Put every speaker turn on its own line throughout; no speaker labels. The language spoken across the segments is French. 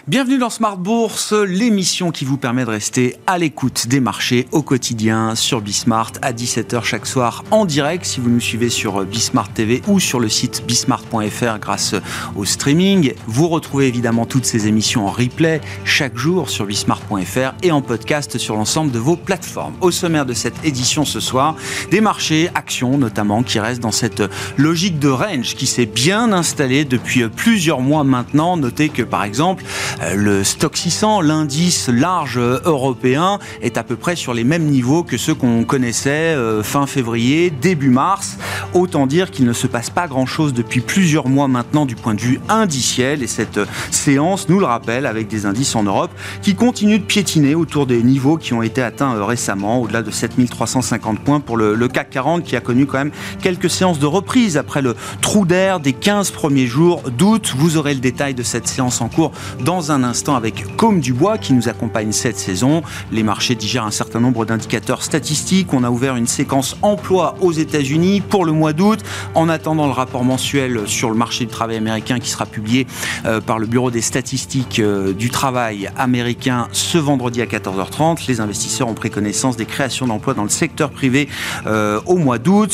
Bienvenue dans Smart Bourse, l'émission qui vous permet de rester à l'écoute des marchés au quotidien sur Bismart à 17h chaque soir en direct si vous nous suivez sur Bismart TV ou sur le site bismart.fr grâce au streaming. Vous retrouvez évidemment toutes ces émissions en replay chaque jour sur bismart.fr et en podcast sur l'ensemble de vos plateformes. Au sommaire de cette édition ce soir, des marchés, actions notamment, qui restent dans cette logique de range qui s'est bien installée depuis plusieurs mois maintenant. Notez que par exemple, le Stoxx 600, l'indice large européen, est à peu près sur les mêmes niveaux que ceux qu'on connaissait fin février, début mars. Autant dire qu'il ne se passe pas grand-chose depuis plusieurs mois maintenant du point de vue indiciel. Et cette séance nous le rappelle avec des indices en Europe qui continuent de piétiner autour des niveaux qui ont été atteints récemment, au-delà de 7350 points pour le CAC 40 qui a connu quand même quelques séances de reprise après le trou d'air des 15 premiers jours d'août. Vous aurez le détail de cette séance en cours dans un instant avec Côme Dubois qui nous accompagne cette saison. Les marchés digèrent un certain nombre d'indicateurs statistiques. On a ouvert une séquence emploi aux États-Unis pour le mois d'août en attendant le rapport mensuel sur le marché du travail américain qui sera publié par le Bureau des statistiques du travail américain ce vendredi à 14h30. Les investisseurs ont pris connaissance des créations d'emplois dans le secteur privé au mois d'août.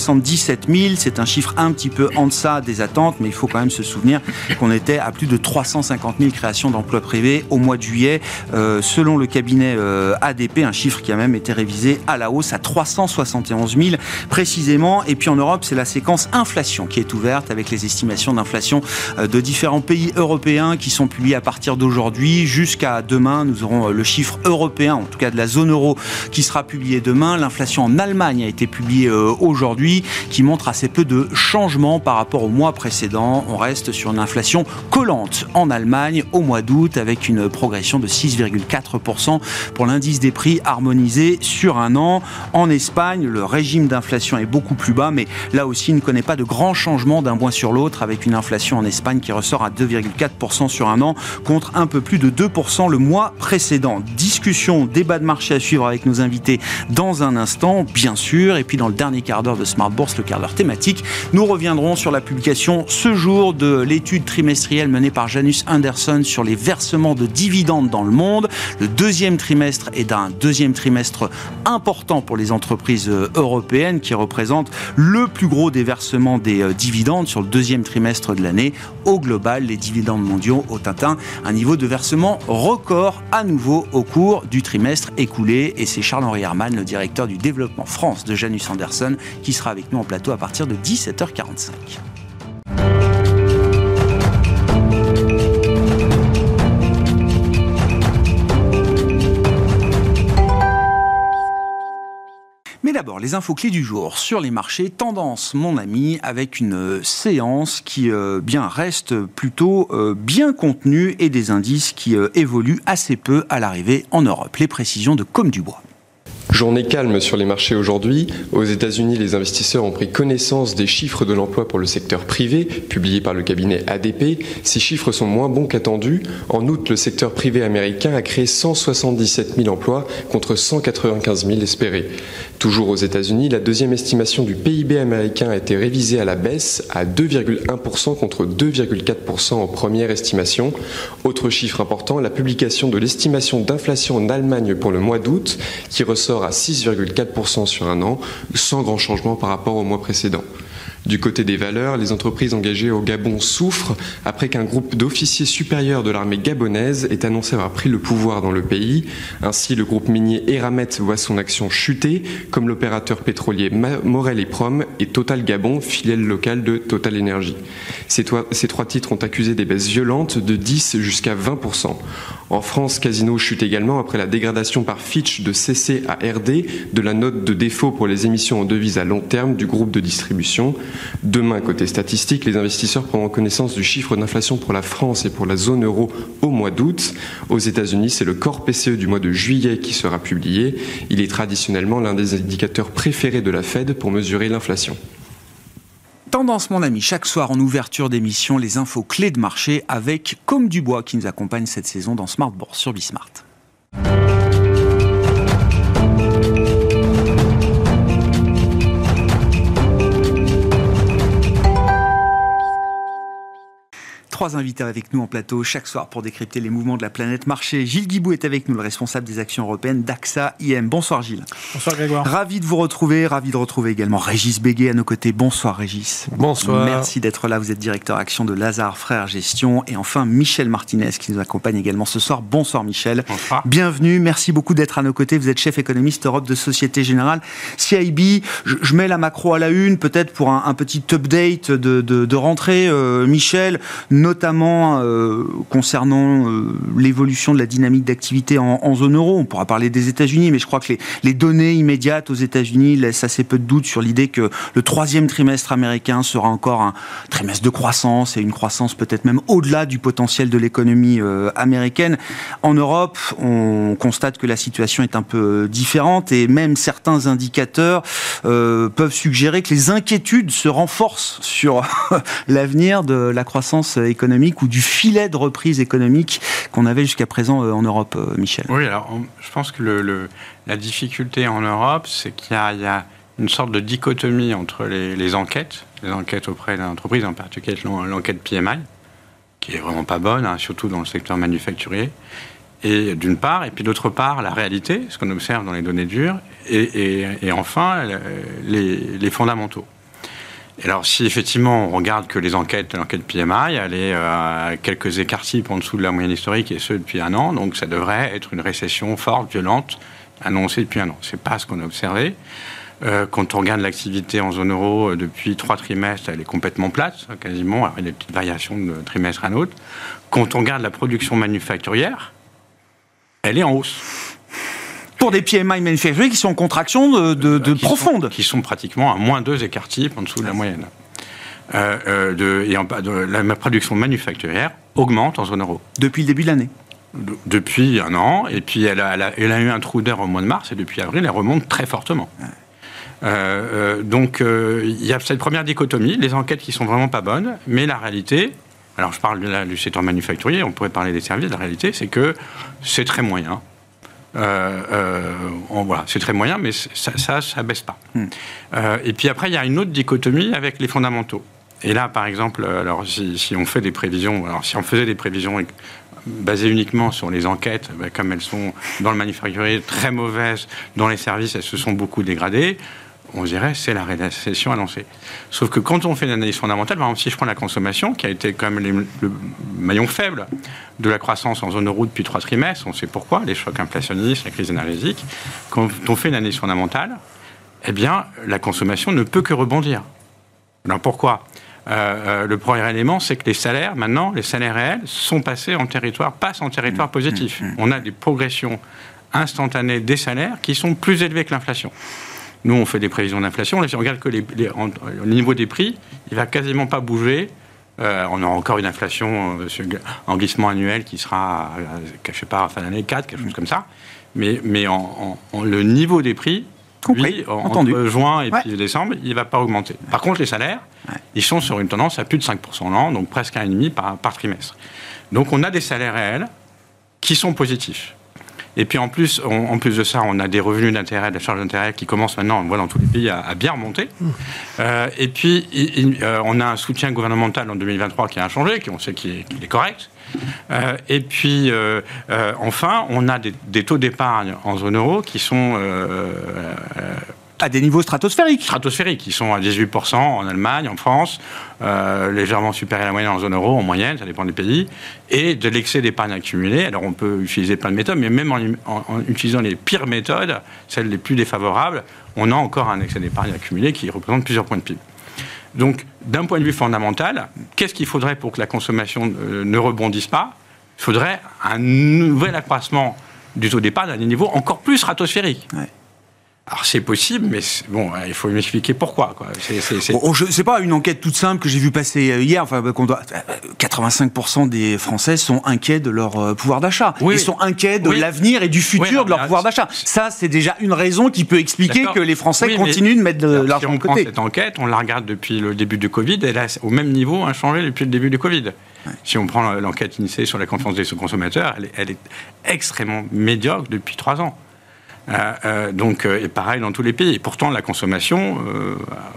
177 000, c'est un chiffre un petit peu en deçà des attentes, mais il faut quand même se souvenir qu'on était à plus de 350 000 créations d'emplois privés au mois de juillet, selon le cabinet ADP, un chiffre qui a même été révisé à la hausse à 371 000 précisément. Et puis en Europe, c'est la séquence inflation qui est ouverte avec les estimations d'inflation de différents pays européens qui sont publiées à partir d'aujourd'hui jusqu'à demain. Nous aurons le chiffre européen, en tout cas de la zone euro, qui sera publié demain. L'inflation en Allemagne a été publiée aujourd'hui, qui montre assez peu de changements par rapport au mois précédent. On reste sur une inflation collante en Allemagne au mois d'août avec une progression de 6,4% pour l'indice des prix harmonisé sur un an. En Espagne, le régime d'inflation est beaucoup plus bas, mais là aussi, il ne connaît pas de grands changements d'un mois sur l'autre avec une inflation en Espagne qui ressort à 2,4% sur un an contre un peu plus de 2% le mois précédent. Discussion, débat de marché à suivre avec nos invités dans un instant, bien sûr. Et puis dans le dernier quart d'heure de Smart Bourse, le quart d'heure thématique, nous reviendrons sur la publication ce jour de l'étude trimestrielle menée par Janus Henderson sur les versements de dividendes dans le monde. Le deuxième trimestre est un deuxième trimestre important pour les entreprises européennes qui représente le plus gros des versements des dividendes sur le deuxième trimestre de l'année. Au global, les dividendes mondiaux ont atteint un niveau de versement record à nouveau au cours du trimestre écoulé. Et c'est Charles-Henri Herman, le directeur du développement France de Janus Henderson, qui sera avec nous en plateau à partir de 17h45. Mais d'abord, les infos clés du jour sur les marchés. Tendance, mon ami, avec une séance qui reste plutôt bien contenue et des indices qui évoluent assez peu à l'arrivée en Europe. Les précisions de Côme Dubois.
Journée calme sur les marchés aujourd'hui. Aux États-Unis, les investisseurs ont pris connaissance des chiffres de l'emploi pour le secteur privé, publiés par le cabinet ADP. Ces chiffres sont moins bons qu'attendus. En août, le secteur privé américain a créé 177 000 emplois contre 195 000 espérés. Toujours aux États-Unis, la deuxième estimation du PIB américain a été révisée à la baisse à 2,1% contre 2,4% en première estimation. Autre chiffre important, la publication de l'estimation d'inflation en Allemagne pour le mois d'août, qui ressort à 6,4% sur un an, sans grand changement par rapport au mois précédent. Du côté des valeurs, les entreprises engagées au Gabon souffrent après qu'un groupe d'officiers supérieurs de l'armée gabonaise ait annoncé avoir pris le pouvoir dans le pays. Ainsi, le groupe minier Eramet voit son action chuter, comme l'opérateur pétrolier Morel et Prom et Total Gabon, filiale locale de Total Energy. Ces trois titres ont accusé des baisses violentes de 10 jusqu'à 20%. En France, Casino chute également après la dégradation par Fitch de CC à RD de la note de défaut pour les émissions en devises à long terme du groupe de distribution. Demain, côté statistique, les investisseurs prendront connaissance du chiffre d'inflation pour la France et pour la zone euro au mois d'août. Aux États-Unis, c'est le Core PCE du mois de juillet qui sera publié. Il est traditionnellement l'un des indicateurs préférés de la Fed pour mesurer l'inflation.
Tendance, mon ami, chaque soir en ouverture d'émission, les infos clés de marché avec Côme Dubois qui nous accompagne cette saison dans Smart Bourse sur Bismart. 3 invités avec nous en plateau chaque soir pour décrypter les mouvements de la planète marché. Gilles Guibout est avec nous, le responsable des actions européennes d'AXA IM. Bonsoir Gilles.
Bonsoir Grégoire.
Ravi de vous retrouver, ravi de retrouver également Régis Béguet à nos côtés. Bonsoir Régis.
Bonsoir.
Merci d'être là, vous êtes directeur action de Lazare Frères Gestion. Et enfin Michel Martinez qui nous accompagne également ce soir. Bonsoir Michel.
Bonsoir.
Bienvenue, merci beaucoup d'être à nos côtés. Vous êtes chef économiste Europe de Société Générale. CIB, je mets la macro à la une, peut-être pour un petit update de rentrée. Michel, notamment concernant l'évolution de la dynamique d'activité en zone euro. On pourra parler des États-Unis, mais je crois que les données immédiates aux États-Unis laissent assez peu de doute sur l'idée que le 3e trimestre américain sera encore un trimestre de croissance et une croissance peut-être même au-delà du potentiel de l'économie américaine. En Europe, on constate que la situation est un peu différente et même certains indicateurs peuvent suggérer que les inquiétudes se renforcent sur l'avenir de la croissance économique ou du filet de reprise économique qu'on avait jusqu'à présent en Europe, Michel.
Oui, alors je pense que la difficulté en Europe, c'est qu'il y a une sorte de dichotomie entre les enquêtes auprès d'entreprises, en particulier l'enquête PMI, qui est vraiment pas bonne, hein, surtout dans le secteur manufacturier, et d'une part, et puis d'autre part, la réalité, ce qu'on observe dans les données dures, et enfin, les fondamentaux. Et alors, si effectivement on regarde que l'enquête PMI, elle est à quelques écarts types en dessous de la moyenne historique, et ce depuis un an, donc ça devrait être une récession forte, violente, annoncée depuis un an. C'est pas ce qu'on a observé. Quand on regarde l'activité en zone euro depuis 3 trimestres, elle est complètement plate, quasiment. Alors, il y a des petites variations de trimestre à un autre. Quand on regarde la production manufacturière, elle est en hausse.
Pour des PMI manufacturiers qui sont en contraction profonde.
Qui sont pratiquement à moins 2 écarts types en dessous de la moyenne. La production manufacturière augmente en zone euro.
Depuis le début de l'année.
Depuis un an, et puis elle a eu un trou d'air au mois de mars, et depuis avril, elle remonte très fortement. Donc, il y a cette première dichotomie, les enquêtes qui sont vraiment pas bonnes, mais la réalité, alors je parle du secteur manufacturier, on pourrait parler des services, la réalité, c'est que c'est très moyen. Voilà, c'est très moyen, mais ça baisse pas. Et puis après, il y a une autre dichotomie avec les fondamentaux. Et là, par exemple, alors si on fait des prévisions, si on faisait des prévisions basées uniquement sur les enquêtes, comme elles sont dans le manufacturier très mauvaises, dans les services, elles se sont beaucoup dégradées, on dirait c'est la récession annoncée. Sauf que quand on fait une analyse fondamentale, par exemple, si je prends la consommation, qui a été quand même le maillon faible de la croissance en zone euro depuis 3 trimestres, on sait pourquoi, les chocs inflationnistes, la crise énergétique, quand on fait une analyse fondamentale, eh bien, la consommation ne peut que rebondir. Alors pourquoi ? Le premier élément, c'est que les salaires, maintenant, les salaires réels passent en territoire positif. On a des progressions instantanées des salaires qui sont plus élevées que l'inflation. Nous, on fait des prévisions d'inflation. Là, si on regarde que le niveau des prix, il ne va quasiment pas bouger. On aura encore une inflation en glissement annuel qui sera, je ne sais pas, à fin d'année 4, quelque chose comme ça. Mais le niveau des prix, lui, entre juin et puis décembre, il ne va pas augmenter. Par contre, les salaires, ils sont sur une tendance à plus de 5% l'an, donc presque 1,5 par trimestre. Donc, on a des salaires réels qui sont positifs. Et puis en plus de ça, on a des revenus d'intérêt, de la charge d'intérêt qui commencent maintenant, dans tous les pays, à bien remonter. Et puis on a un soutien gouvernemental en 2023 qui a changé, on sait qu'il est correct. Et puis enfin, on a des taux d'épargne en zone euro qui sont
à des niveaux stratosphériques.
Qui sont à 18% en Allemagne, en France, légèrement supérieurs à la moyenne en zone euro, en moyenne, ça dépend des pays, et de l'excès d'épargne accumulée. Alors on peut utiliser plein de méthodes, mais même en utilisant les pires méthodes, celles les plus défavorables, on a encore un excès d'épargne accumulée qui représente plusieurs points de PIB. Donc, d'un point de vue fondamental, qu'est-ce qu'il faudrait pour que la consommation ne rebondisse pas ? Il faudrait un nouvel accroissement du taux d'épargne à des niveaux encore plus stratosphériques. Ouais. Alors c'est possible, mais bon, il faut m'expliquer pourquoi.
Bon, c'est pas une enquête toute simple que j'ai vu passer hier. 85% des Français sont inquiets de leur pouvoir d'achat. Ils sont inquiets de l'avenir et du futur de leur pouvoir d'achat. Ça, c'est déjà une raison qui peut expliquer que les Français continuent de mettre de l'argent de côté.
Si on prend cette enquête, on la regarde depuis le début du Covid, elle a au même niveau inchangé depuis le début du Covid. Ouais. Si on prend l'enquête initiée sur la confiance des consommateurs, elle est extrêmement médiocre depuis 3 ans. Donc, et pareil dans tous les pays. Et pourtant, la consommation,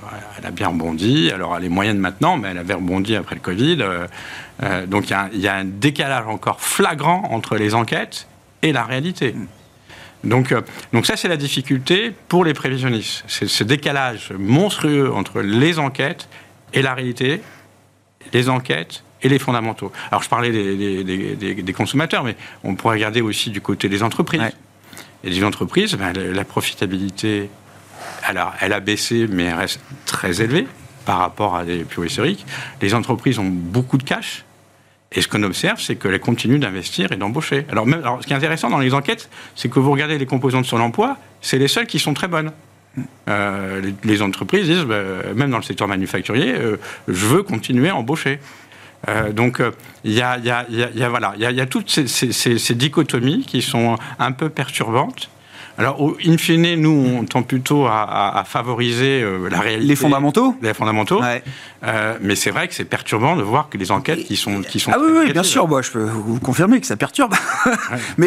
elle a bien rebondi. Alors, elle est moyenne maintenant, mais elle avait rebondi après le Covid. Donc, il y a un décalage encore flagrant entre les enquêtes et la réalité. Donc ça, c'est la difficulté pour les prévisionnistes. C'est ce décalage monstrueux entre les enquêtes et la réalité, les enquêtes et les fondamentaux. Alors, je parlais des consommateurs, mais on pourrait regarder aussi du côté des entreprises. Ouais. Et les entreprises, la profitabilité, elle a baissé, mais elle reste très élevée par rapport à des plus hauts historiques. Les entreprises ont beaucoup de cash. Et ce qu'on observe, c'est qu'elles continuent d'investir et d'embaucher. Alors, ce qui est intéressant dans les enquêtes, c'est que vous regardez les composantes sur l'emploi, c'est les seules qui sont très bonnes. Les entreprises disent, même dans le secteur manufacturier, je veux continuer à embaucher. Donc, il y a toutes ces dichotomies qui sont un peu perturbantes. Alors, in fine, nous, on tend plutôt à favoriser la réalité.
Les fondamentaux.
Les fondamentaux. Ouais. Mais c'est vrai que c'est perturbant de voir que les enquêtes qui sont
ah oui, bien sûr. Moi, je peux vous confirmer que ça perturbe. Ouais. Mais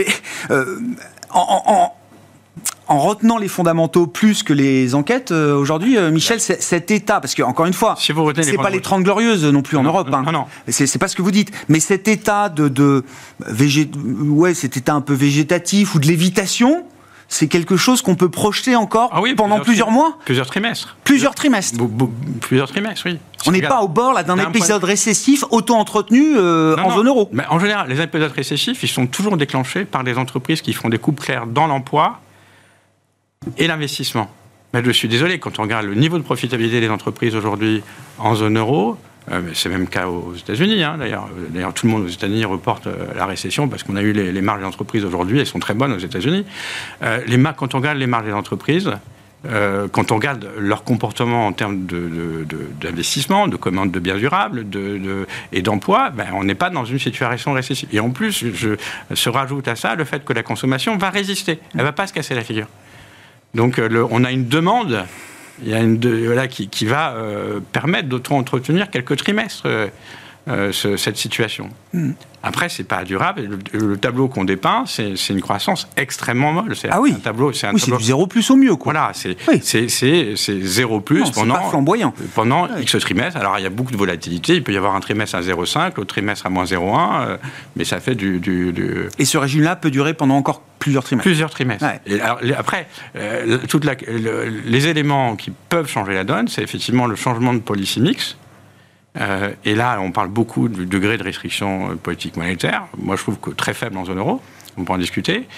en retenant les fondamentaux plus que les enquêtes, aujourd'hui, Michel, cet état, parce que encore une fois, si c'est pas les 30 glorieuses non plus en Europe.
Non.
C'est pas ce que vous dites. Mais cet état cet état un peu végétatif ou de lévitation, c'est quelque chose qu'on peut projeter encore pendant plusieurs mois.
Plusieurs trimestres.
Plusieurs trimestres,
oui.
On n'est pas au bord là, d'un épisode récessif auto-entretenu en zone euro.
Mais en général, les épisodes récessifs, ils sont toujours déclenchés par des entreprises qui font des coupes claires dans l'emploi et l'investissement. Mais je suis désolé, quand on regarde le niveau de profitabilité des entreprises aujourd'hui en zone euro, c'est même le cas aux États-Unis, d'ailleurs. D'ailleurs, tout le monde aux États-Unis reporte la récession parce qu'on a eu les marges des entreprises aujourd'hui, elles sont très bonnes aux États-Unis. Quand on regarde les marges des entreprises, quand on regarde leur comportement en termes d'investissement, de commande de biens durables et d'emploi, on n'est pas dans une situation récessive. Et en plus, se rajoute à ça le fait que la consommation va résister, elle ne va pas se casser la figure. Donc, on a une demande. Il y a qui va permettre d'auto-entretenir quelques trimestres cette situation. Après, c'est pas durable. Le tableau qu'on dépeint, c'est une croissance extrêmement molle. C'est un tableau. C'est
du 0 plus au mieux, quoi.
Voilà, c'est 0 plus pendant X trimestres. Alors, il y a beaucoup de volatilité. Il peut y avoir un trimestre à 0,5, l'autre trimestre à moins 0,1, mais ça fait Et
ce régime-là peut durer pendant encore plusieurs trimestres.
Plusieurs trimestres. Ouais. Et alors, après, les éléments qui peuvent changer la donne, c'est effectivement le changement de policy mix. Et là, on parle beaucoup du degré de restriction politique monétaire. Moi, je trouve que très faible en zone euro. On peut en discuter.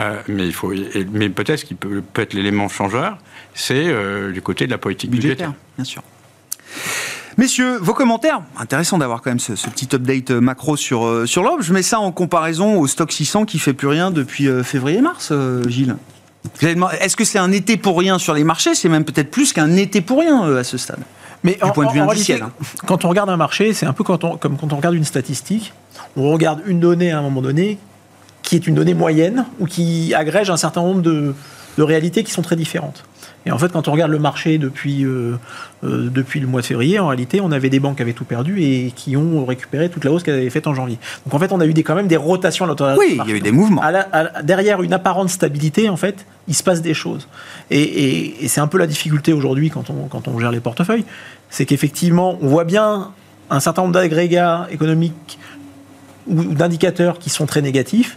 Mais peut-être ce qui peut être l'élément changeur, c'est du côté de la politique budgétaire.
Bien sûr. Messieurs, vos commentaires. Intéressant d'avoir quand même ce petit update macro sur l'Europe. Je mets ça en comparaison au stock 600 qui ne fait plus rien depuis février-mars, Gilles. Est-ce que c'est un été pour rien sur les marchés ? C'est même peut-être plus qu'un été pour rien à ce stade.
Mais du point de vue indiciel. Quand on regarde un marché, c'est un peu comme quand on regarde une statistique. On regarde une donnée à un moment donné qui est une donnée moyenne ou qui agrège un certain nombre de réalités qui sont très différentes. Et en fait, quand on regarde le marché depuis le mois de février, en réalité, on avait des banques qui avaient tout perdu et qui ont récupéré toute la hausse qu'elles avaient faite en janvier. Donc en fait, on a eu quand même des rotations à l'intérieur.
Oui, il y a eu des mouvements.
Derrière une apparente stabilité, en fait, il se passe des choses. Et c'est un peu la difficulté aujourd'hui quand on gère les portefeuilles, c'est qu'effectivement, on voit bien un certain nombre d'agrégats économiques ou d'indicateurs qui sont très négatifs.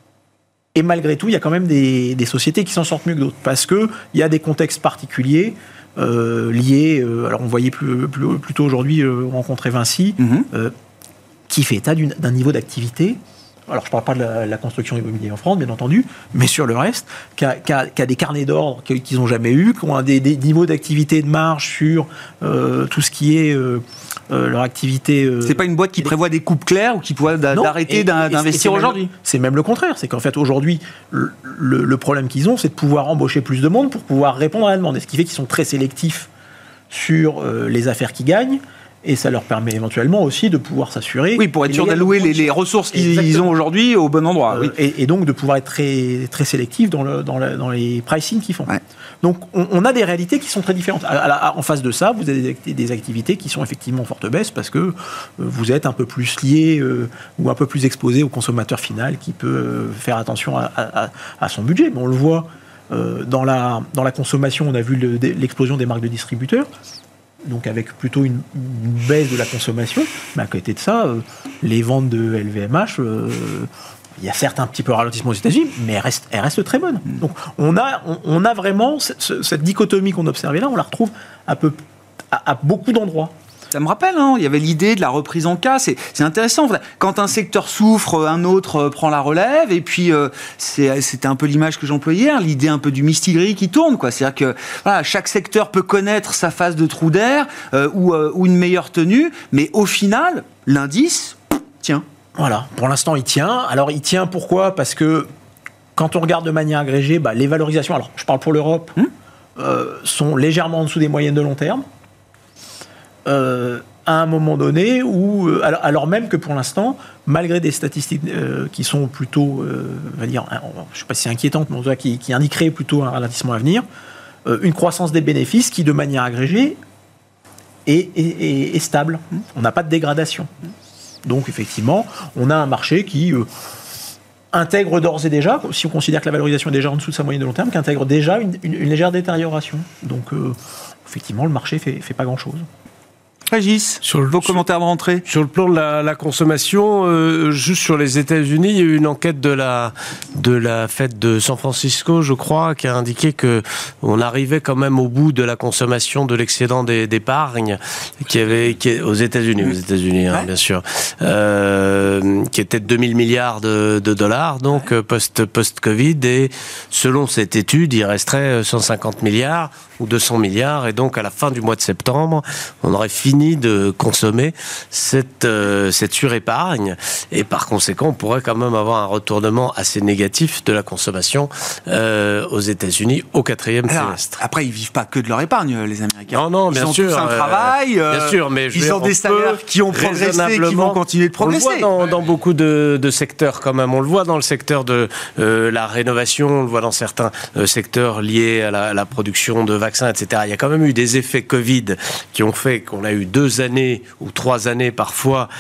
Et malgré tout, il y a quand même des sociétés qui s'en sortent mieux que d'autres. Parce qu'il y a des contextes particuliers liés... alors, on voyait plutôt aujourd'hui rencontrer Vinci, qui fait état d'un niveau d'activité. Alors, je ne parle pas de la construction immobilière en France, bien entendu, mais sur le reste, qui a des carnets d'ordre qu'ils n'ont jamais eus, qui ont des niveaux d'activité de marge sur tout ce qui est... leur activité...
c'est pas une boîte qui prévoit des coupes claires ou qui prévoit d'arrêter d'investir aujourd'hui.
C'est même le contraire. C'est qu'en fait, aujourd'hui, le problème qu'ils ont, c'est de pouvoir embaucher plus de monde pour pouvoir répondre à la demande. Et ce qui fait qu'ils sont très sélectifs sur les affaires qu'ils gagnent. Et ça leur permet éventuellement aussi de pouvoir s'assurer...
Oui, pour être sûr d'allouer les ressources qu'ils ont aujourd'hui au bon endroit. Oui.
Et donc de pouvoir être très, très sélectif dans les pricing qu'ils font. Ouais. Donc on a des réalités qui sont très différentes. En face de ça, vous avez des activités qui sont effectivement en forte baisse parce que vous êtes un peu plus lié ou un peu plus exposé au consommateur final qui peut faire attention à son budget. Mais on le voit dans la consommation, on a vu l'explosion des marques de distributeurs. donc avec plutôt une baisse de la consommation. Mais à côté de ça, les ventes de LVMH, il y a certes un petit peu de ralentissement aux États-Unis, mais elles restent très bonnes. Donc on a vraiment cette dichotomie qu'on observait là, on la retrouve à beaucoup d'endroits.
Ça me rappelle, il y avait l'idée de la reprise en cas. C'est intéressant. Quand un secteur souffre, un autre prend la relève. Et puis, c'était un peu l'image que j'employais hier, l'idée un peu du mistigris qui tourne, quoi. C'est-à-dire que chaque secteur peut connaître sa phase de trou d'air ou une meilleure tenue. Mais au final, l'indice tient.
Voilà, pour l'instant, il tient. Alors, il tient pourquoi ? Parce que quand on regarde de manière agrégée, les valorisations, alors je parle pour l'Europe, sont légèrement en dessous des moyennes de long terme. À un moment donné, alors même que pour l'instant, malgré des statistiques qui sont plutôt, on va dire, je ne sais pas si c'est inquiétante, mais en tout cas qui indiqueraient plutôt un ralentissement à venir, une croissance des bénéfices qui, de manière agrégée, est stable. On n'a pas de dégradation. Donc, effectivement, on a un marché qui intègre d'ores et déjà, si on considère que la valorisation est déjà en dessous de sa moyenne de long terme, qui intègre déjà une légère détérioration. Donc, effectivement, le marché ne fait pas grand-chose.
Régis, vos commentaires de rentrée.
Sur le plan de la consommation, juste sur les États-Unis, il y a eu une enquête de la Fed de San Francisco, je crois, qui a indiqué que on arrivait quand même au bout de la consommation de l'excédent d'épargne qui aux États-Unis, bien sûr, qui était de 2000 milliards de dollars, donc post-Covid, et selon cette étude, il resterait 150 milliards ou 200 milliards, et donc à la fin du mois de septembre, on aurait fini de consommer cette surépargne, et par conséquent on pourrait quand même avoir un retournement assez négatif de la consommation aux États-Unis au quatrième trimestre.
Après, ils vivent pas que de leur épargne, les Américains.
Non, bien sûr.
Ils ont tous un travail,
bien sûr, mais
ils ont des salaires qui ont progressé et qui vont continuer de progresser.
On le voit dans beaucoup de secteurs quand même. On le voit dans le secteur de la rénovation, on le voit dans certains secteurs liés à la production de vaccins, etc. Il y a quand même eu des effets Covid qui ont fait qu'on a eu 2 années ou 3 années parfois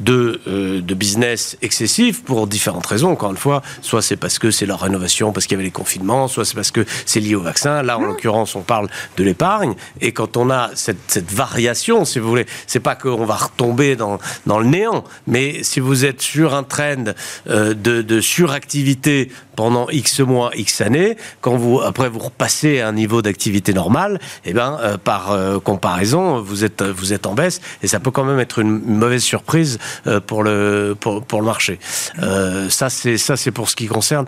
de business excessif pour différentes raisons. Encore une fois, soit c'est parce que c'est leur rénovation, parce qu'il y avait les confinements, soit c'est parce que c'est lié au vaccin. Là, en l'occurrence, on parle de l'épargne. Et quand on a cette variation, si vous voulez, c'est pas qu'on va retomber dans le néant, mais si vous êtes sur un trend de suractivité pendant X mois, X années, quand après vous repassez à un niveau d'activité normal, par comparaison, vous êtes en baisse, et ça peut quand même être une mauvaise surprise pour le marché. Ça c'est pour ce qui concerne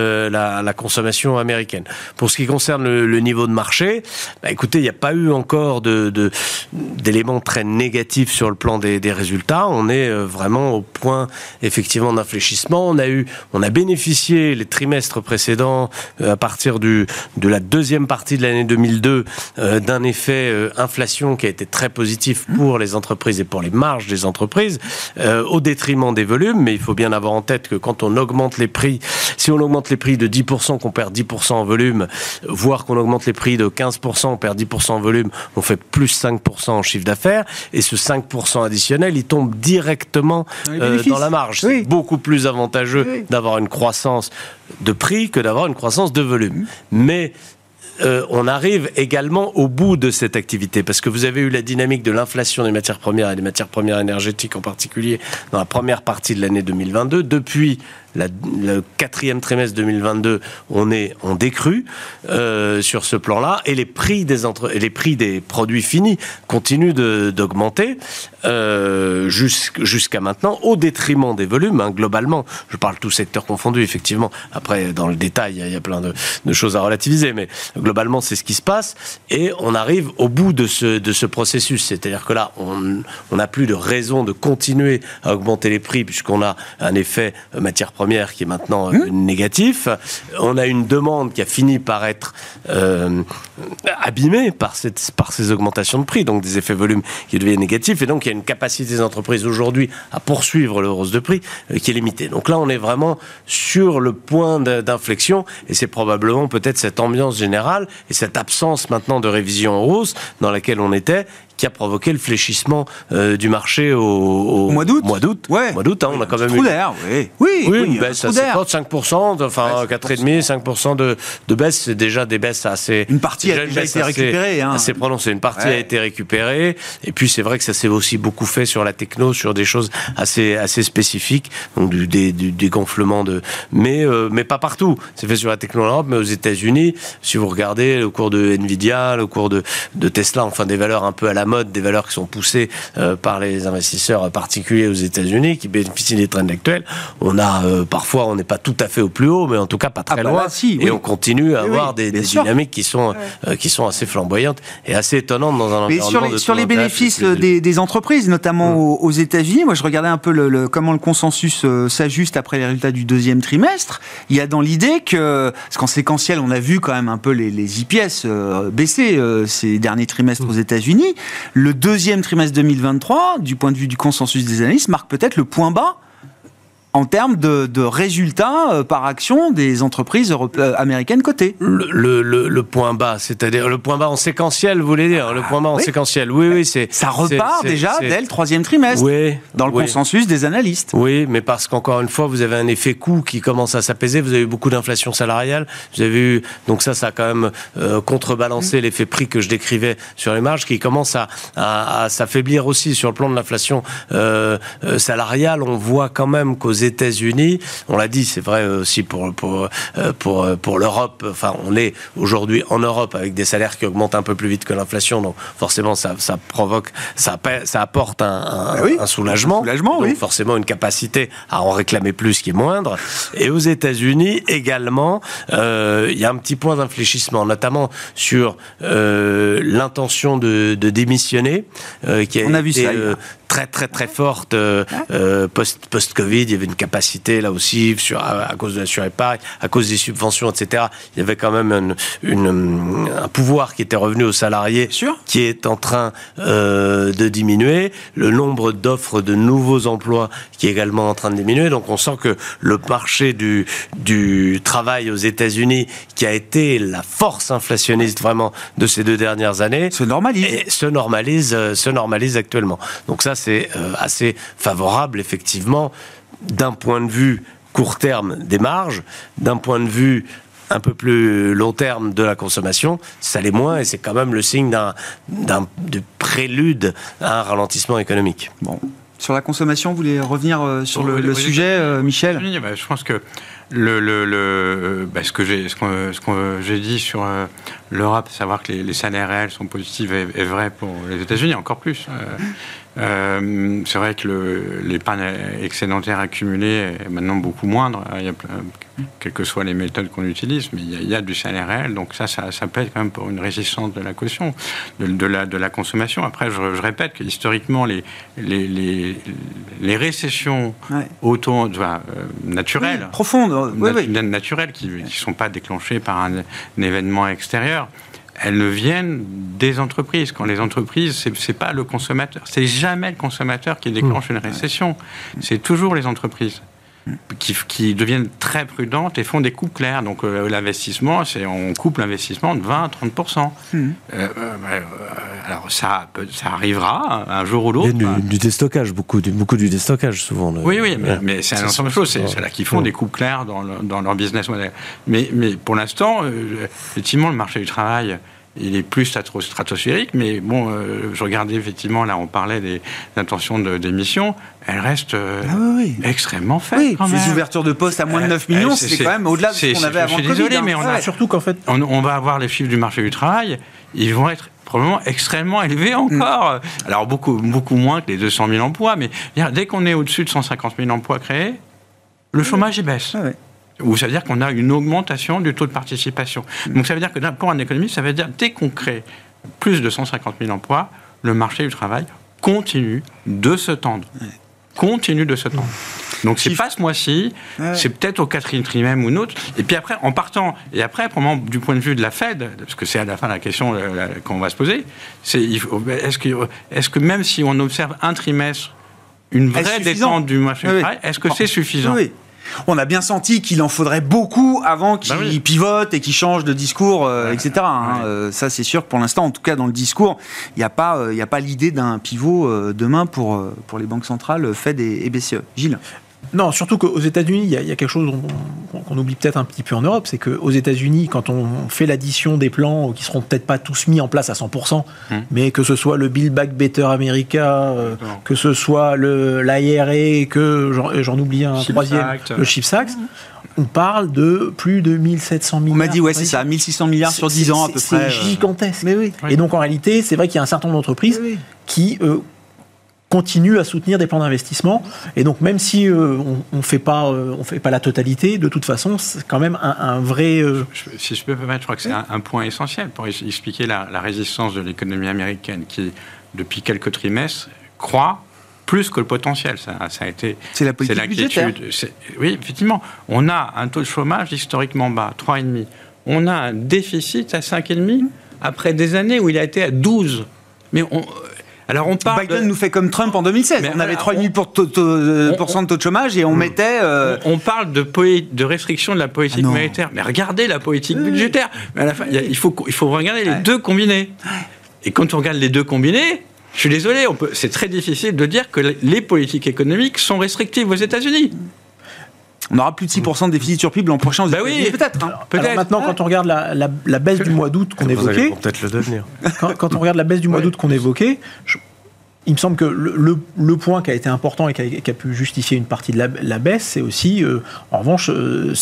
la consommation américaine. Pour ce qui concerne le niveau de marché, écoutez, il n'y a pas eu encore d'éléments très négatifs sur le plan des résultats. On est vraiment au point effectivement d'infléchissement. On a bénéficié les trimestres précédents à partir de la deuxième partie de l'année 2002 d'un effet inflation qui a été très positif pour les entreprises et pour les marges des entreprises, au détriment des volumes. Mais il faut bien avoir en tête que quand on augmente les prix, si on augmente les prix de 10%, qu'on perd 10% en volume, voire qu'on augmente les prix de 15%, on perd 10% en volume, on fait plus 5% en chiffre d'affaires, et ce 5% additionnel, il tombe directement dans la marge. C'est beaucoup plus avantageux d'avoir une croissance de prix que d'avoir une croissance de volume. Mais on arrive également au bout de cette activité, parce que vous avez eu la dynamique de l'inflation des matières premières et des matières premières énergétiques en particulier dans la première partie de l'année 2022. Depuis le quatrième trimestre 2022, on est en décrue sur ce plan-là, et les prix des produits finis continuent d'augmenter jusqu'à maintenant, au détriment des volumes, globalement. Je parle tout secteur confondu, effectivement. Après, dans le détail, il y a plein de choses à relativiser, mais globalement, c'est ce qui se passe, et on arrive au bout de ce processus. C'est-à-dire que là, on n'a plus de raison de continuer à augmenter les prix, puisqu'on a un effet matière première qui est maintenant négatif. On a une demande qui a fini par être abîmée par ces augmentations de prix, donc des effets volume qui deviennent négatifs, et donc il y a une capacité des entreprises aujourd'hui à poursuivre le hausse de prix qui est limitée. Donc là, on est vraiment sur le point d'inflexion, et c'est probablement peut-être cette ambiance générale et cette absence maintenant de révision en hausse dans laquelle on était qui a provoqué le fléchissement du marché au
mois d'août.
Ouais. Mois d'août, on a quand même eu.
Oui,
une baisse assez forte, 5%, enfin 4,5%, 5% de baisse, c'est déjà des baisses assez.
Une partie a déjà été récupérée.
Assez prononcée. Une partie a été récupérée. Et puis c'est vrai que ça s'est aussi beaucoup fait sur la techno, sur des choses assez spécifiques, donc des gonflements mais pas partout. C'est fait sur la techno en Europe, mais aux États-Unis, si vous regardez le cours de Nvidia, le cours de Tesla, enfin des valeurs un peu à la mode, des valeurs qui sont poussées par les investisseurs particuliers aux États-Unis, qui bénéficient des trends actuels, on a parfois, on n'est pas tout à fait au plus haut, mais en tout cas pas très loin. Et on continue à avoir des dynamiques qui sont assez flamboyantes et assez étonnantes dans un environnement
sur les bénéfices des entreprises, notamment aux États-Unis. Moi, je regardais un peu comment le consensus s'ajuste après les résultats du deuxième trimestre. Il y a dans l'idée que, parce qu'en séquentiel, on a vu quand même un peu les IPS baisser ces derniers trimestres aux États-Unis. Le deuxième trimestre 2023, du point de vue du consensus des analystes, marque peut-être le point bas en termes de résultats par action des entreprises américaines cotées.
Le point bas, c'est-à-dire le point bas en séquentiel, vous voulez dire le point bas en séquentiel. Oui,
ça repart déjà dès le troisième trimestre, dans le consensus des analystes.
Oui, mais parce qu'encore une fois, vous avez un effet coût qui commence à s'apaiser, vous avez eu beaucoup d'inflation salariale, vous avez eu, donc ça a quand même contrebalancé l'effet prix que je décrivais sur les marges, qui commence à s'affaiblir aussi sur le plan de l'inflation salariale. On voit quand même qu'aux États-Unis, on l'a dit, c'est vrai aussi pour l'Europe. Enfin, on est aujourd'hui en Europe avec des salaires qui augmentent un peu plus vite que l'inflation, donc forcément ça apporte un soulagement. Donc forcément une capacité à en réclamer plus qui est moindre. Et aux États-Unis également, il y a un petit point d'infléchissement, notamment sur l'intention de démissionner, qui a été très très très forte post-Covid. Il y avait une capacité là aussi à cause de la surépargne, à cause des subventions, etc. Il y avait quand même un pouvoir qui était revenu aux salariés, qui est en train de diminuer. Le nombre d'offres de nouveaux emplois qui est également en train de diminuer. Donc on sent que le marché du travail aux États-Unis, qui a été la force inflationniste vraiment de ces 2 dernières années, se normalise actuellement. Donc ça, c'est assez favorable, effectivement, d'un point de vue court terme des marges, d'un point de vue un peu plus long terme de la consommation, ça l'est moins, et c'est quand même le signe de prélude à un ralentissement économique.
Bon. Sur la consommation, vous voulez revenir sur le sujet, Michel ?
Je pense que ce que j'ai dit sur l'Europe, savoir que les salaires réels sont positifs, est vrai pour les États-Unis, encore plus. C'est vrai que l'épargne excédentaire accumulée est maintenant beaucoup moindre. Il y a quelles que soient les méthodes qu'on utilise, mais il y a du salaire réel, donc ça plaide quand même pour une résistance de la caution, de la consommation. Après, je répète que historiquement, les récessions naturelles,
profondes,
naturelles, qui ne sont pas déclenchées par un événement extérieur, elles viennent des entreprises. Quand les entreprises, c'est pas le consommateur, c'est jamais le consommateur qui déclenche une récession, c'est toujours les entreprises qui deviennent très prudentes et font des coupes clairs. Donc l'investissement, on coupe l'investissement de 20 à 30%. Alors ça arrivera un jour ou l'autre.
Du déstockage, beaucoup du déstockage souvent.
Mais c'est un ensemble de choses. C'est là qu'ils font des coupes clairs dans leur business model. Mais pour l'instant, effectivement, le marché du travail, il est plus stratosphérique, mais bon, je regardais effectivement, là on parlait des intentions d'émission, elles restent extrêmement faibles.
Ces ouvertures de postes à moins de 9 millions, c'est quand même au-delà de ce qu'on avait avant le Covid.
Je suis désolé, mais
surtout qu'en fait...
On va avoir les chiffres du marché du travail, ils vont être probablement extrêmement élevés encore. Alors beaucoup moins que les 200 000 emplois, mais dès qu'on est au-dessus de 150 000 emplois créés, le chômage y baisse. Ou ça veut dire qu'on a une augmentation du taux de participation. Donc ça veut dire que pour un économiste, ça veut dire dès qu'on crée plus de 150 000 emplois, le marché du travail continue de se tendre. Donc c'est pas ce mois-ci, c'est peut-être au 4e trimestre ou une autre. Et puis après, en partant, et après, du point de vue de la Fed, parce que c'est à la fin la question qu'on va se poser, est-ce que même si on observe un trimestre, une vraie détente du marché du travail, est-ce que c'est suffisant ?
On a bien senti qu'il en faudrait beaucoup avant qu'il pivote et qu'il change de discours, etc. Ça, c'est sûr que pour l'instant, en tout cas dans le discours, il n'y a pas l'idée d'un pivot demain pour les banques centrales, Fed et BCE. Gilles ?
Non, surtout qu'aux États-Unis, il y a quelque chose qu'on oublie peut-être un petit peu en Europe, c'est qu'aux États-Unis, quand on fait l'addition des plans qui seront peut-être pas tous mis en place à 100%, mais que ce soit le Build Back Better America, que ce soit l'IRA, que j'en oublie un troisième, le CHIPS Act, on parle de plus de 1700 milliards.
On m'a dit, c'est ça, 1600 milliards sur 10 ans à peu près.
C'est gigantesque.
Mais oui.
Et donc en réalité, c'est vrai qu'il y a un certain nombre d'entreprises qui continue à soutenir des plans d'investissement. Et donc, même si on fait pas la totalité, de toute façon, c'est quand même un vrai...
Si je peux me permettre, je crois que c'est un point essentiel pour expliquer la résistance de l'économie américaine qui, depuis quelques trimestres, croît plus que le potentiel. Ça a été...
C'est la politique budgétaire.
Oui, effectivement. On a un taux de chômage historiquement bas, 3,5. On a un déficit à 5,5 après des années où il a été à 12. Mais alors on parle
Biden nous fait comme Trump en 2016. On avait 3,5% de taux de chômage et on mettait...
On parle de restriction de la politique monétaire. Mais regardez la politique budgétaire. Mais à la fin, il faut regarder les deux combinés. Et quand on regarde les deux combinés, je suis désolé, c'est très difficile de dire que les politiques économiques sont restrictives aux États-Unis.
On aura plus de 6% de déficit sur PIB l'an prochain aux États-Unis.
Oui, peut-être. Alors maintenant, quand on regarde la baisse du mois d'août qu'on évoquait,
peut-être le devenir.
Quand on regarde la baisse du mois d'août qu'on évoquait, il me semble que le point qui a été important et qui a pu justifier une partie de la baisse, c'est aussi, en revanche,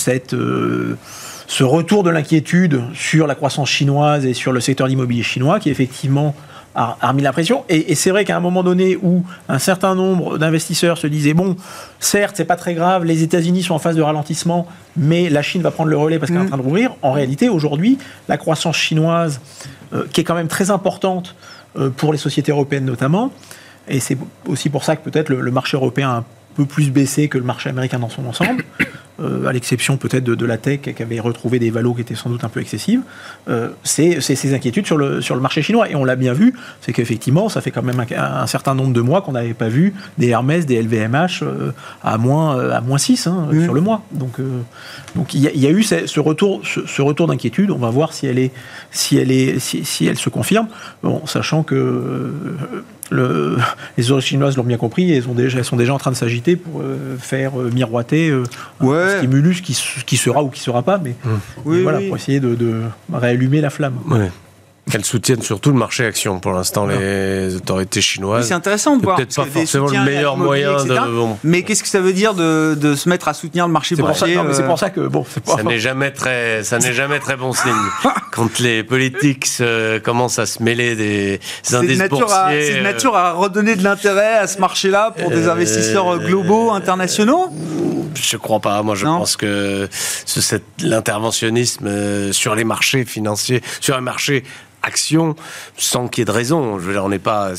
ce retour de l'inquiétude sur la croissance chinoise et sur le secteur de l'immobilier chinois, qui effectivement a remis la pression. Et c'est vrai qu'à un moment donné où un certain nombre d'investisseurs se disaient, bon, certes, c'est pas très grave, les États-Unis sont en phase de ralentissement, mais la Chine va prendre le relais parce qu'elle est en train de rouvrir. En réalité, aujourd'hui, la croissance chinoise, qui est quand même très importante pour les sociétés européennes notamment, et c'est aussi pour ça que peut-être le marché européen a un peu plus baissé que le marché américain dans son ensemble, à l'exception peut-être de la tech qui avait retrouvé des valos qui étaient sans doute un peu excessives, c'est ces inquiétudes sur le marché chinois. Et on l'a bien vu, c'est qu'effectivement, ça fait quand même un certain nombre de mois qu'on n'avait pas vu des Hermès, des LVMH à moins 6 sur le mois. Donc il y a eu ce retour d'inquiétude. On va voir si elle se confirme, sachant que les autorités chinoises l'ont bien compris et elles sont déjà en train de s'agiter pour faire miroiter un stimulus qui sera ou qui ne sera pas, mais pour essayer de réallumer la flamme.
Ouais. Elles soutiennent surtout le marché action pour l'instant, les autorités chinoises.
Mais c'est intéressant de voir.
Peut-être pas forcément le meilleur moyen de.
Mais qu'est-ce que ça veut dire de se mettre à soutenir le marché boursier ?
C'est pour ça que
ça n'est jamais très bon signe quand les politiques commencent à se mêler des indices boursiers.
C'est de nature à redonner de l'intérêt à ce marché-là pour des investisseurs globaux, internationaux ?
Je crois pas. Moi, je pense que l'interventionnisme sur les marchés financiers, sur un marché action, sans qu'il y ait de raison. Je veux dire, on n'est pas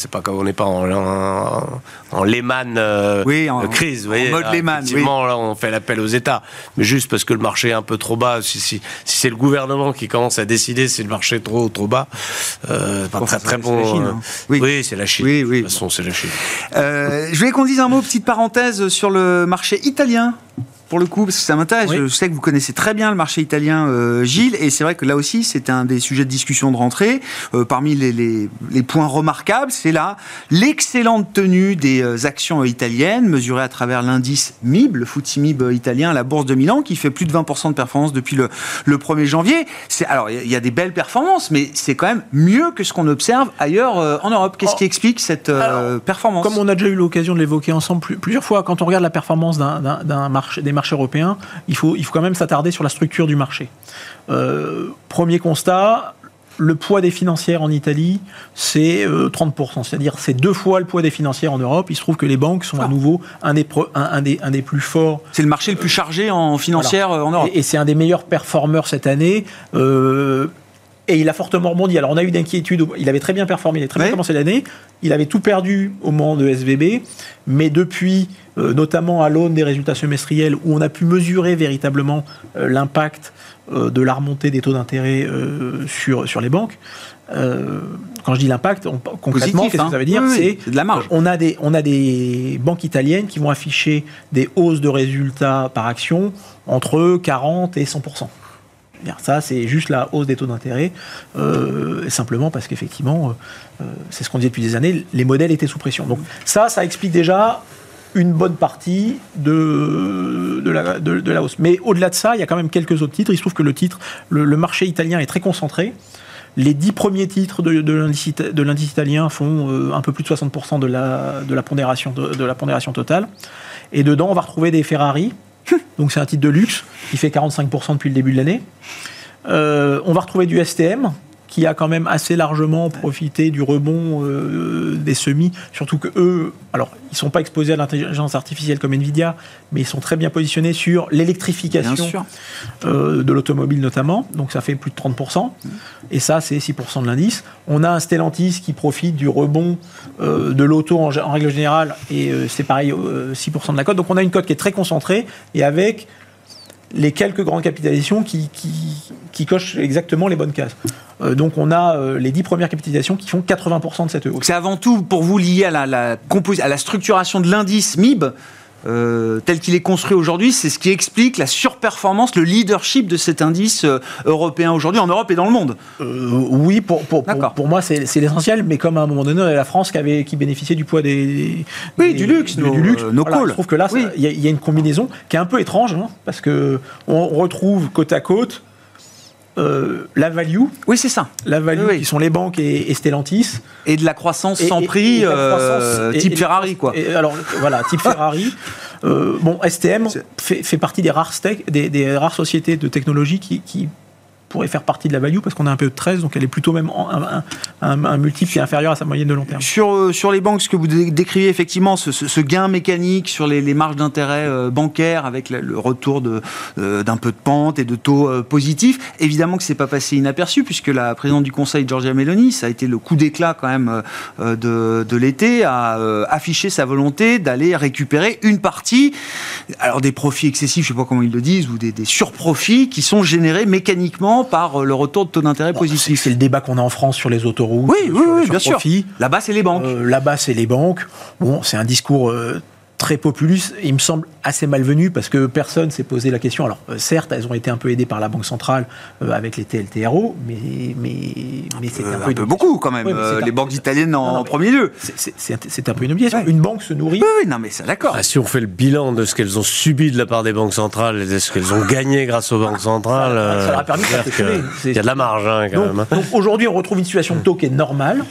en Lehman crise. Vous voyez,
en mode Lehman.
Effectivement, là, on fait l'appel aux États, mais juste parce que le marché est un peu trop bas. Si c'est le gouvernement qui commence à décider si le marché est trop bas, pas très bon.
C'est la Chine,
Oui, c'est la Chine.
Oui.
De toute façon, c'est la Chine.
Je voulais qu'on dise un mot, petite parenthèse sur le marché italien. Pour le coup, parce que ça m'intéresse, je sais que vous connaissez très bien le marché italien, Gilles, et c'est vrai que là aussi, c'était un des sujets de discussion de rentrée. Parmi les points remarquables, c'est là l'excellente tenue des actions italiennes, mesurées à travers l'indice MIB, le FTSE MIB italien, la bourse de Milan, qui fait plus de 20% de performance depuis le 1er janvier. Alors, il y a des belles performances, mais c'est quand même mieux que ce qu'on observe ailleurs en Europe. Qu'est-ce qui explique cette performance ?
Comme on a déjà eu l'occasion de l'évoquer ensemble plusieurs fois, quand on regarde la performance des marché européen, il faut quand même s'attarder sur la structure du marché. Premier constat, le poids des financières en Italie, c'est 30%. C'est-à-dire, c'est 2 fois le poids des financières en Europe. Il se trouve que les banques sont à nouveau un des plus forts.
C'est le marché le plus chargé en financière en Europe.
Et c'est un des meilleurs performeurs cette année. Et il a fortement rebondi. Alors on a eu d'inquiétudes. Il avait très bien performé, il avait très bien commencé l'année. Il avait tout perdu au moment de SVB, mais depuis, notamment à l'aune des résultats semestriels, où on a pu mesurer véritablement l'impact de la remontée des taux d'intérêt sur les banques. Quand je dis l'impact, concrètement,
positif,
qu'est-ce que ça veut dire?
C'est de la marge.
On a des banques italiennes qui vont afficher des hausses de résultats par action entre 40 et 100%. Ça, c'est juste la hausse des taux d'intérêt, simplement parce qu'effectivement, c'est ce qu'on disait depuis des années, les modèles étaient sous pression. Donc ça explique déjà une bonne partie de la hausse. Mais au-delà de ça, il y a quand même quelques autres titres. Il se trouve que le marché italien est très concentré. Les 10 premiers titres de l'indice italien font un peu plus de 60% de la pondération totale. Et dedans, on va retrouver des Ferrari. Donc c'est un titre de luxe qui fait 45% depuis le début de l'année. On va retrouver du STM qui a quand même assez largement profité du rebond des semis, surtout que eux, alors ils sont pas exposés à l'intelligence artificielle comme Nvidia, mais ils sont très bien positionnés sur l'électrification de l'automobile notamment, donc ça fait plus de 30%, et ça c'est 6% de l'indice. On a un Stellantis qui profite du rebond de l'auto en règle générale, et c'est pareil, 6% de la cote, donc on a une cote qui est très concentrée, et avec les quelques grandes capitalisations qui cochent exactement les bonnes cases. Donc on a les 10 premières capitalisations qui font 80% de cette hausse.
C'est avant tout pour vous lié à la structuration de l'indice MIB tel qu'il est construit aujourd'hui, c'est ce qui explique la surperformance, le leadership de cet indice européen aujourd'hui en Europe et dans le monde.
Oui, pour moi c'est l'essentiel, mais comme à un moment donné, la France qui bénéficiait du poids du luxe, nos calls. Je trouve que là, il y a une combinaison qui est un peu étrange, parce qu'on retrouve côte à côte la value.
Oui, c'est ça.
La value, qui sont les banques et Stellantis.
Et de la croissance sans prix, type Ferrari, quoi.
Alors, voilà, type Ferrari. STM fait partie des rares sociétés de technologie qui pourrait faire partie de la value, parce qu'on a un peu de 13, donc elle est plutôt même un multiple qui est inférieur à sa moyenne de long terme.
Sur les banques, ce que vous décrivez effectivement, ce gain mécanique sur les marges d'intérêt bancaires avec le retour d'un peu de pente et de taux positifs, évidemment que c'est pas passé inaperçu, puisque la présidente du Conseil, Giorgia Meloni, ça a été le coup d'éclat quand même de l'été, a affiché sa volonté d'aller récupérer une partie, alors des profits excessifs, je sais pas comment ils le disent, ou des surprofits qui sont générés mécaniquement par le retour de taux d'intérêt positif.
C'est le débat qu'on a en France sur les autoroutes.
Oui, bien sûr. Là-bas, c'est les banques. Bon, c'est un discours très populiste, il me semble assez malvenu, parce que personne ne s'est posé la question. Alors, certes, elles ont été un peu aidées par la Banque centrale avec les TLTRO, mais c'était un peu beaucoup quand même, les banques italiennes en premier lieu.
C'est un peu une obligation. Une banque se nourrit.
Oui, non, mais c'est d'accord.
Si on fait le bilan de ce qu'elles ont subi de la part des banques centrales et de ce qu'elles ont gagné grâce aux banques centrales,
ça leur a permis de s'affectionner.
Il y a de la marge, quand même.
Donc aujourd'hui, on retrouve une situation de taux qui est normale.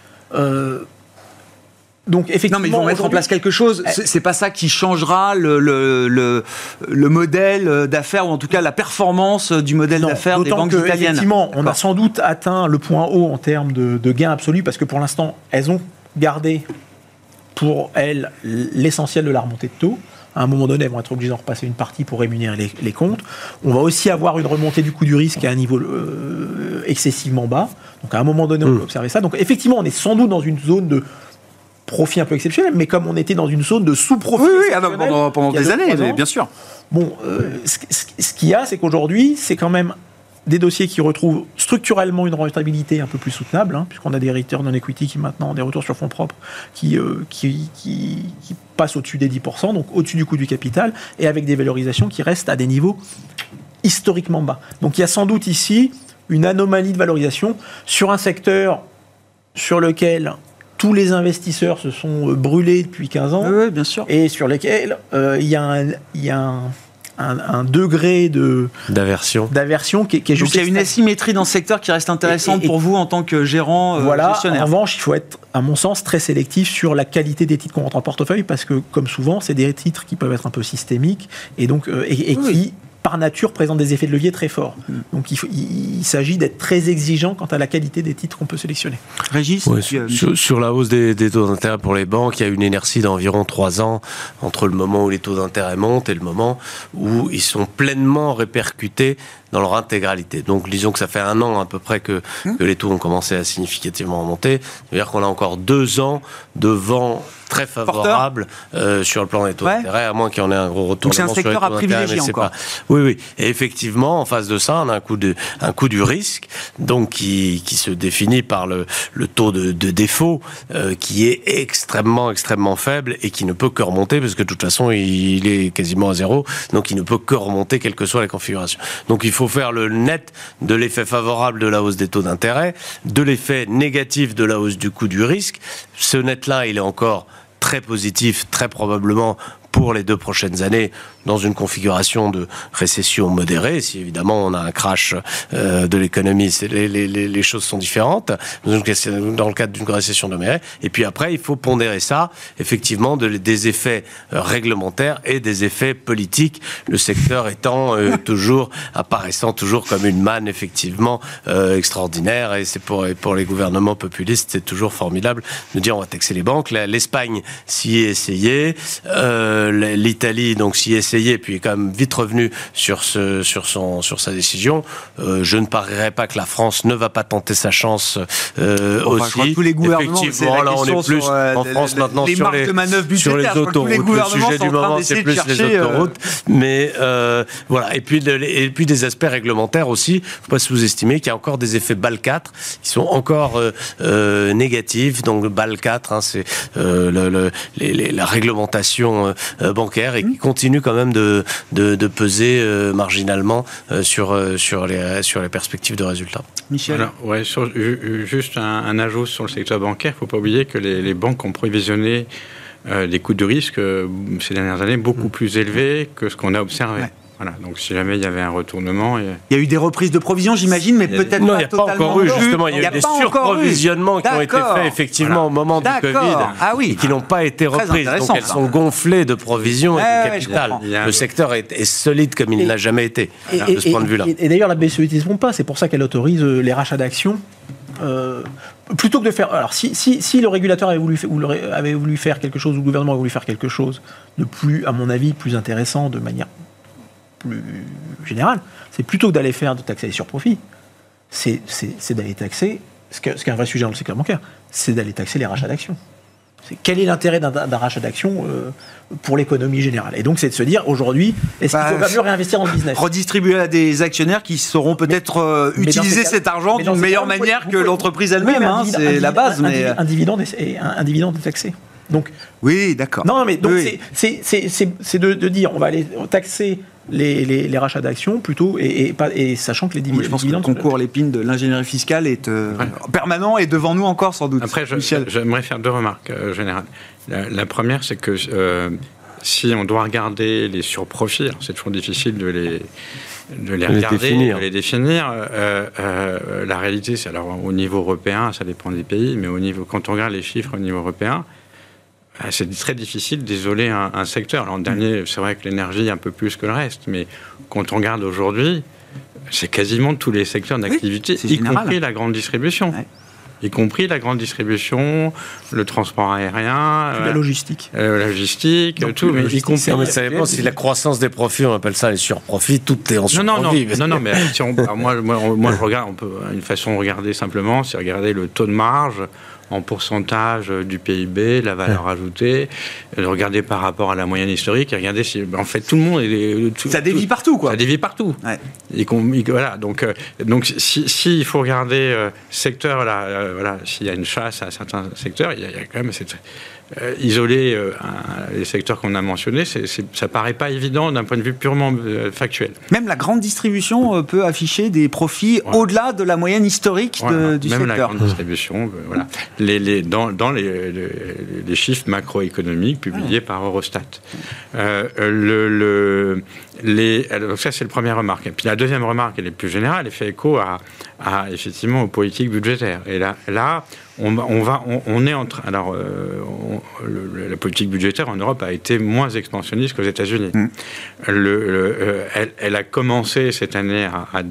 Donc, effectivement,
non, mais ils vont mettre en place quelque chose. C'est pas ça qui changera le modèle d'affaires, ou en tout cas la performance du modèle d'affaires des banques italiennes.
Effectivement, on a sans doute atteint le point haut en termes de gains absolus, parce que pour l'instant, elles ont gardé pour elles l'essentiel de la remontée de taux. À un moment donné, elles vont être obligées d'en repasser une partie pour rémunérer les comptes. On va aussi avoir une remontée du coût du risque à un niveau excessivement bas. Donc à un moment donné, on peut observer ça. Donc effectivement, on est sans doute dans une zone de profit un peu exceptionnel, mais comme on était dans une zone de sous-profit
pendant des années, bien sûr.
Bon, ce qu'il y a, c'est qu'aujourd'hui, c'est quand même des dossiers qui retrouvent structurellement une rentabilité un peu plus soutenable, puisqu'on a des returns on equity qui maintenant ont des retours sur fonds propres qui passent au-dessus des 10%, donc au-dessus du coût du capital, et avec des valorisations qui restent à des niveaux historiquement bas. Donc il y a sans doute ici une anomalie de valorisation sur un secteur sur lequel tous les investisseurs se sont brûlés depuis 15 ans,
bien sûr.
Et sur lesquels il y a un degré d'aversion qui est juste.
Donc il y a une asymétrie dans ce secteur qui reste intéressante pour vous en tant que gérant gestionnaire.
En revanche, il faut être, à mon sens, très sélectif sur la qualité des titres qu'on rentre en portefeuille, parce que, comme souvent, c'est des titres qui peuvent être un peu systémiques et donc qui, par nature, présentent des effets de levier très forts. Donc il s'agit d'être très exigeant quant à la qualité des titres qu'on peut sélectionner.
Régis,
sur la hausse des taux d'intérêt pour les banques, il y a une inertie d'environ 3 ans entre le moment où les taux d'intérêt montent et le moment où ils sont pleinement répercutés dans leur intégralité. Donc disons que ça fait 1 an à peu près que les taux ont commencé à significativement remonter. C'est-à-dire qu'on a encore 2 ans de vent très favorable sur le plan des taux d'intérêt, à moins qu'il y en ait un gros retournement.
Donc c'est un secteur à privilégier encore.
Oui. Et effectivement, en face de ça, on a un coût du risque, donc qui se définit par le taux de défaut, qui est extrêmement faible et qui ne peut que remonter, parce que de toute façon, il est quasiment à zéro, donc il ne peut que remonter, quelles que soient les configurations. Donc il faut faire le net de l'effet favorable de la hausse des taux d'intérêt, de l'effet négatif de la hausse du coût du risque. Ce net-là, il est encore très positif, très probablement pour les 2 prochaines années, dans une configuration de récession modérée. Si évidemment on a un crash de l'économie, les choses sont différentes. Donc, dans le cadre d'une récession modérée. Et puis après, il faut pondérer ça, effectivement, des effets réglementaires et des effets politiques. Le secteur étant apparaissant toujours comme une manne, effectivement, extraordinaire. Et c'est pour les gouvernements populistes, c'est toujours formidable de dire on va taxer les banques. L'Espagne s'y est essayée. L'Italie donc s'y est essayée, puis est quand même vite revenu sur sa décision. Je ne parierais pas que la France ne va pas tenter sa chance aussi.
Tous les gouvernements,
effectivement, là on est plus en France maintenant sur les autoroutes. Le sujet du moment, c'est plus les autoroutes. Mais voilà. Et puis des aspects réglementaires aussi. Il ne faut pas sous-estimer qu'il y a encore des effets BAL 4 qui sont encore négatifs. Donc BAL 4, c'est la réglementation bancaire et qui continue quand même de peser marginalement sur les perspectives de résultats.
Michel.
Alors, juste un ajout sur le secteur bancaire. Il ne faut pas oublier que les banques ont provisionné des coûts de risque ces dernières années beaucoup plus élevés que ce qu'on a observé. Ouais. Voilà, donc si jamais il y avait un retournement... Il
y a eu des reprises de provisions, j'imagine, mais peut-être pas totalement.
Non, il n'y a pas encore eu, justement. Il y a eu des surprovisionnements qui ont été faits, effectivement, au moment du Covid, et qui n'ont pas été reprises. Donc elles sont gonflées de provisions et de capital. Le secteur est solide comme il ne l'a jamais été, de ce point de vue-là.
Et d'ailleurs, la BCE ne se trompe pas. C'est pour ça qu'elle autorise les rachats d'actions. Plutôt que de faire... Alors, si le régulateur avait voulu faire quelque chose, ou le gouvernement avait voulu faire quelque chose de plus, à mon avis, plus intéressant, de manière plus générale, c'est plutôt que d'aller taxer les surprofits, c'est d'aller taxer, ce qui est un vrai sujet dans le secteur bancaire, c'est d'aller taxer les rachats d'actions. Quel est l'intérêt d'un rachat d'actions pour l'économie générale? Et donc, c'est de se dire, aujourd'hui, est-ce qu'il faut mieux réinvestir dans le business?
Redistribuer à des actionnaires qui sauront peut-être utiliser cet argent d'une meilleure manière que l'entreprise elle-même, c'est la base.
Un dividende est taxé. Donc,
oui, d'accord.
Non, mais donc c'est de dire, on va aller taxer les rachats d'actions plutôt, et sachant que les dividendes...
Je pense que le concours l'épine de l'ingénierie fiscale est permanent et devant nous encore sans doute.
Après, j'aimerais faire 2 remarques générales. La première, c'est que si on doit regarder les surprofits, c'est toujours difficile de les regarder, de les définir. La réalité, c'est alors au niveau européen, ça dépend des pays, mais quand on regarde les chiffres au niveau européen, c'est très difficile d'isoler un secteur. L'an dernier, c'est vrai que l'énergie un peu plus que le reste, mais quand on regarde aujourd'hui, c'est quasiment tous les secteurs d'activité, compris la grande distribution. Ouais. Y compris la grande distribution, le transport aérien,
la logistique,
tout. Mais y compris.
Mais ça dépend si la croissance des profits, on appelle ça les surprofits, tout est en surprofit.
Non, mais si moi je regarde, une façon de regarder simplement, c'est regarder le taux de marge en pourcentage du PIB, la valeur ajoutée, regarder par rapport à la moyenne historique, et regarder si, en fait, tout le monde...
ça dévie partout, quoi.
Ça dévie partout. Ouais. Voilà, donc si il faut regarder secteur, là, s'il y a une chasse à certains secteurs, il y a quand même... isoler les secteurs qu'on a mentionnés, ça paraît pas évident d'un point de vue purement factuel.
Même la grande distribution peut afficher des profits au-delà de la moyenne historique du secteur.
Même la grande distribution, voilà. Dans les chiffres macroéconomiques publiés par Eurostat. Alors ça, c'est la première remarque. Et puis la deuxième remarque, elle est plus générale, elle fait écho effectivement aux politiques budgétaires. Et là, on est en train... Alors, la politique budgétaire en Europe a été moins expansionniste qu'aux États-Unis. Elle a commencé cette année à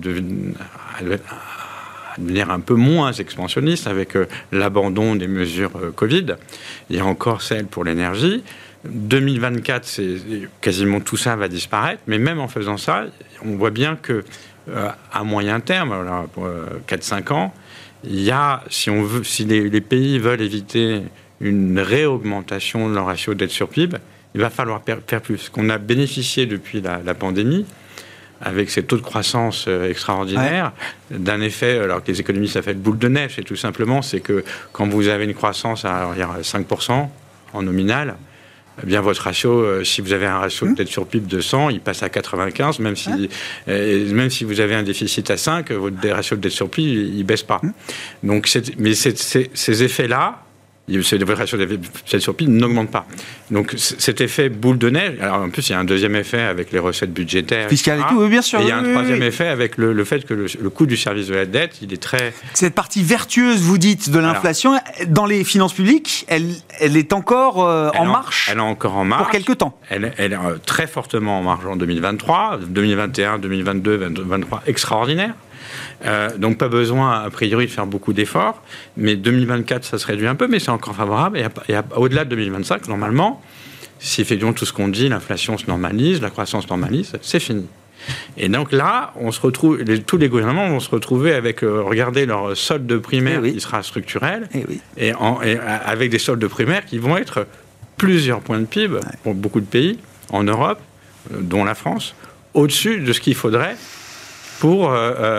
devenir un peu moins expansionniste avec l'abandon des mesures Covid. Il y a encore celle pour l'énergie. 2024, quasiment tout ça va disparaître, mais même en faisant ça, on voit bien que à moyen terme, alors, pour 4-5 ans, il y a, si les pays veulent éviter une réaugmentation de leur ratio dette sur PIB, il va falloir faire plus. Qu'on a bénéficié depuis la pandémie, avec ces taux de croissance extraordinaires, d'un effet, alors que les économistes ça fait le boule de neige, et tout simplement, c'est que quand vous avez une croissance à 5% en nominal, eh bien votre ratio, si vous avez un ratio de dette sur PIB de 100, il passe à 95, même si vous avez un déficit à 5, votre ratio de dette sur PIB, il ne baisse pas. Donc, ces effets-là, votre ratio de dette sur PIB n'augmente pas. Donc cet effet boule de neige, alors en plus il y a un deuxième effet avec les recettes budgétaires,
fiscales et tout, oui, bien sûr.
Et il y a un troisième effet avec le fait que le coût du service de la dette, il est très...
Cette partie vertueuse, vous dites, de l'inflation, dans les finances publiques, elle est encore en marche.
Elle est encore en marche.
Pour quelque temps.
Elle est très fortement en marche en 2023, 2021, 2022, 2023, extraordinaire. Donc pas besoin a priori de faire beaucoup d'efforts, mais 2024 ça se réduit un peu, mais c'est encore favorable, et au-delà de 2025 normalement, si effectivement tout ce qu'on dit, l'inflation se normalise, la croissance se normalise, c'est fini. Et donc là, on se retrouve, tous les gouvernements vont se retrouver avec, regardez leur solde primaire qui sera structurel, et avec des soldes primaires qui vont être plusieurs points de PIB pour beaucoup de pays en Europe, dont la France, au-dessus de ce qu'il faudrait pour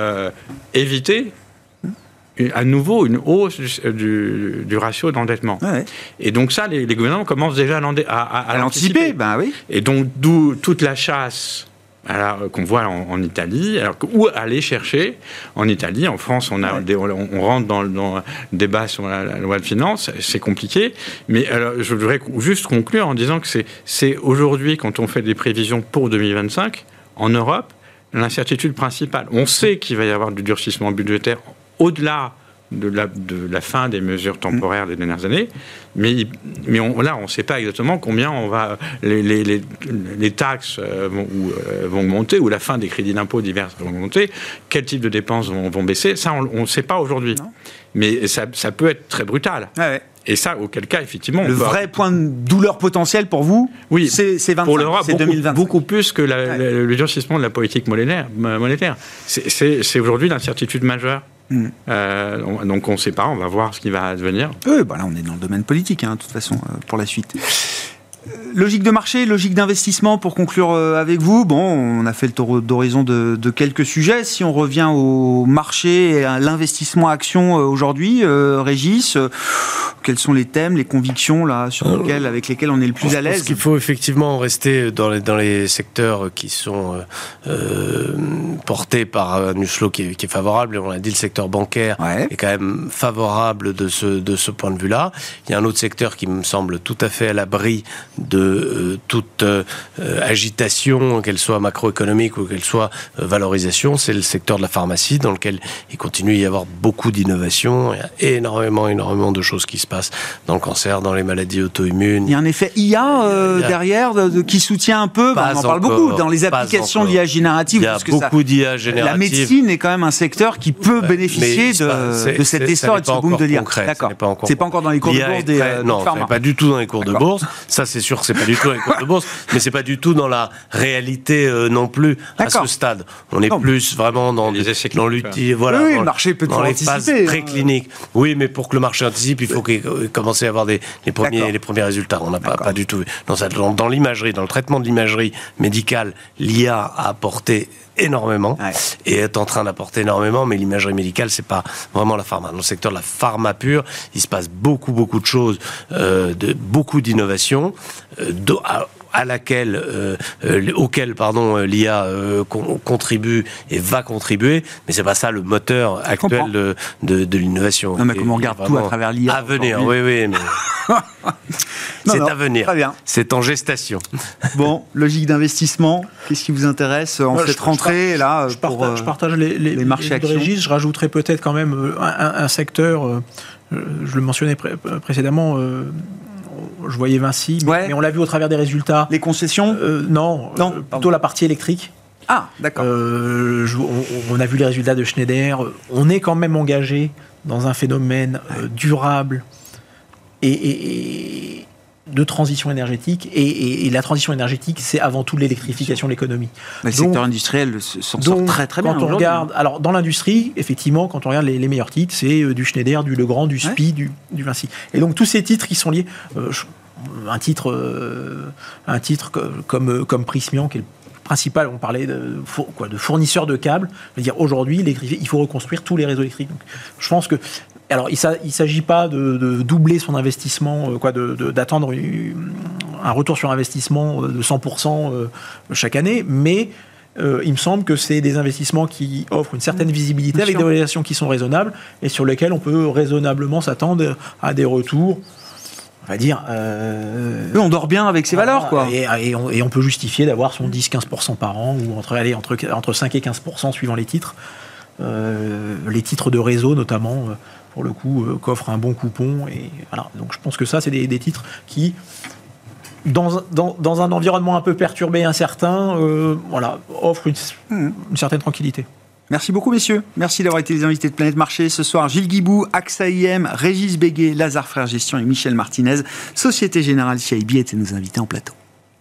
éviter à nouveau une hausse du ratio d'endettement. Et donc ça, les gouvernements commencent déjà à l'anticiper. Et donc d'où toute la chasse qu'on voit en Italie, où aller chercher en Italie. En France, on rentre dans le débat sur la loi de finances, c'est compliqué, mais alors, je voudrais juste conclure en disant que c'est aujourd'hui, quand on fait des prévisions pour 2025, en Europe, l'incertitude principale. On sait qu'il va y avoir du durcissement budgétaire au-delà de la fin des mesures temporaires des dernières années, mais on ne sait pas exactement combien les taxes vont augmenter, ou la fin des crédits d'impôt divers vont augmenter, quel type de dépenses vont baisser. Ça, on ne sait pas aujourd'hui. Mais ça peut être très brutal. Et ça, auquel cas, effectivement...
Le vrai point de douleur potentiel pour vous, c'est 25,
pour l'Europe,
c'est 2025.
Beaucoup plus que le durcissement de la politique monétaire. C'est aujourd'hui l'incertitude majeure. Donc on ne sait pas, on va voir ce qui va advenir.
Là on est dans le domaine politique, de toute façon, pour la suite. Logique de marché, logique d'investissement, pour conclure avec vous. On a fait le tour d'horizon de quelques sujets. Si on revient au marché et à l'investissement action aujourd'hui, Régis, quels sont les thèmes, les convictions avec lesquelles on est le plus à l'aise?
Je pense qu'il faut effectivement rester dans les secteurs qui sont portés par un news flow qui est favorable. Et on l'a dit, le secteur bancaire est quand même favorable de ce point de vue-là. Il y a un autre secteur qui me semble tout à fait à l'abri de toute agitation, qu'elle soit macroéconomique ou qu'elle soit valorisation, c'est le secteur de la pharmacie, dans lequel il continue à y avoir beaucoup d'innovations. Il y a énormément de choses qui se passent dans le cancer, dans les maladies auto-immunes.
Il y a un effet IA derrière qui soutient un peu, on en parle beaucoup, dans les applications d'IA générative.
Il y a beaucoup d'IA générative.
La médecine est quand même un secteur qui peut bénéficier de cet essor et de ce boom de l'IA. D'accord. C'est pas encore dans les cours de bourse des pharma.
Non, pas du tout dans les cours de bourse. Ça, c'est sûr que c'est pas du tout dans les cours de bourse, mais c'est pas du tout dans la réalité non plus à ce stade. On est plus vraiment dans l'outil,
le marché peut
dans les phases précliniques. Oui, mais pour que le marché anticipe, il faut qu'il commence à avoir les premiers résultats. On n'a pas du tout. Dans l'imagerie, dans le traitement de l'imagerie médicale, l'IA a apporté énormément et est en train d'apporter énormément, mais l'imagerie médicale, c'est pas vraiment la pharma. Dans le secteur de la pharma pure, il se passe beaucoup de choses, beaucoup d'innovations, auquel l'IA contribue et va contribuer, mais c'est pas ça le moteur actuel de l'innovation.
Non, mais comme on regarde tout à travers l'IA.
À venir, oui, mais c'est à venir.
Très bien.
C'est en gestation.
Bon, logique d'investissement, qu'est-ce qui vous intéresse en cette rentrée là
je partage les marchés actions. Régis, je rajouterais peut-être quand même un secteur, je le mentionnais précédemment, je voyais Vinci, mais on l'a vu au travers des résultats.
Les concessions
Non, plutôt la partie électrique.
Ah, d'accord.
On a vu les résultats de Schneider. On est quand même engagé dans un phénomène durable et de transition énergétique, et la transition énergétique, c'est avant tout l'électrification de l'économie.
Le secteur industriel s'en sort très très bien.
Quand on regarde, alors dans l'industrie, effectivement, quand on regarde les meilleurs titres, c'est du Schneider, du Legrand, du SPIE, du Vinci. Et donc tous ces titres qui sont liés, un titre comme Prysmian, qui est le principal, on parlait de fournisseurs de câbles. Je veux dire, aujourd'hui, il faut reconstruire tous les réseaux électriques. Donc, je pense que alors, il ne s'agit pas de doubler son investissement, d'attendre un retour sur investissement de 100% chaque année, mais il me semble que c'est des investissements qui offrent une certaine visibilité avec des valorisations qui sont raisonnables et sur lesquelles on peut raisonnablement s'attendre à des retours. On va dire...
on dort bien avec ces valeurs, quoi.
Et on peut justifier d'avoir son 10-15% par an, ou entre 5 et 15% suivant les titres. Les titres de réseau, notamment, pour le coup, qu'offrent un bon coupon. Et voilà. Donc je pense que ça, c'est des titres qui, dans un environnement un peu perturbé, incertain, offrent une certaine tranquillité.
Merci beaucoup, messieurs. Merci d'avoir été les invités de Planète Marché ce soir. Gilles Guibou, AXA IM, Régis Béguet, Lazare Frères Gestion et Michel Martinez, Société Générale CIB, étaient nos invités en plateau.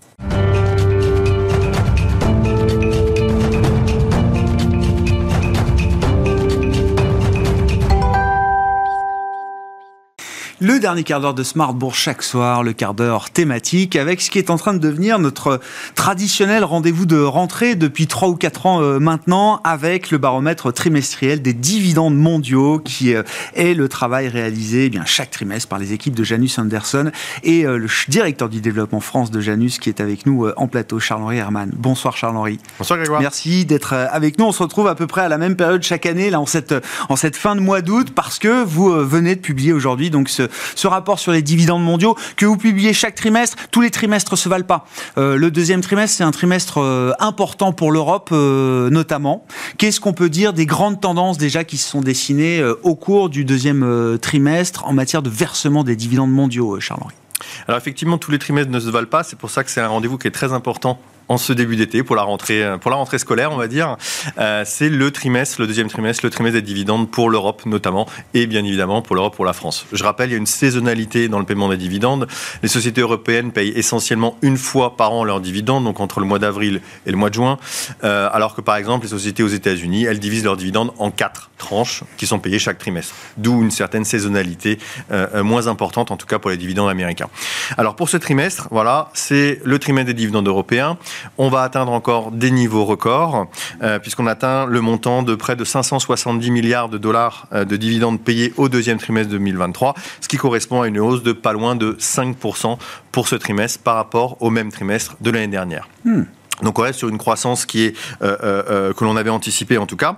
Le dernier quart d'heure de Smart Bourse chaque soir, le quart d'heure thématique, avec ce qui est en train de devenir notre traditionnel rendez-vous de rentrée depuis 3 ou 4 ans maintenant, avec le baromètre trimestriel des dividendes mondiaux, qui est le travail réalisé chaque trimestre par les équipes de Janus Henderson et le directeur du développement France de Janus qui est avec nous en plateau, Charles-Henri Herman. Bonsoir Charles-Henri.
Bonsoir Grégoire.
Merci d'être avec nous. On se retrouve à peu près à la même période chaque année, là en cette fin de mois d'août, parce que vous venez de publier aujourd'hui donc ce rapport sur les dividendes mondiaux que vous publiez chaque trimestre. Tous les trimestres se valent pas. Le deuxième trimestre, c'est un trimestre important pour l'Europe notamment. Qu'est-ce qu'on peut dire des grandes tendances déjà qui se sont dessinées au cours du deuxième trimestre en matière de versement des dividendes mondiaux, Charles-Henri?
Alors effectivement, tous les trimestres ne se valent pas. C'est pour ça que c'est un rendez-vous qui est très important en ce début d'été, pour la rentrée scolaire, on va dire. C'est le deuxième trimestre, le trimestre des dividendes pour l'Europe notamment, et bien évidemment pour l'Europe, pour la France. Je rappelle, il y a une saisonnalité dans le paiement des dividendes. Les sociétés européennes payent essentiellement une fois par an leurs dividendes, donc entre le mois d'avril et le mois de juin, alors que par exemple, les sociétés aux États-Unis, elles divisent leurs dividendes en 4 tranches qui sont payées chaque trimestre. D'où une certaine saisonnalité moins importante, en tout cas pour les dividendes américains. Alors pour ce trimestre, voilà, c'est le trimestre des dividendes européens. On va atteindre encore des niveaux records, puisqu'on atteint le montant de près de 570 milliards de dollars de dividendes payés au deuxième trimestre 2023, ce qui correspond à une hausse de pas loin de 5% pour ce trimestre par rapport au même trimestre de l'année dernière. Donc on reste sur une croissance qui est que l'on avait anticipée en tout cas.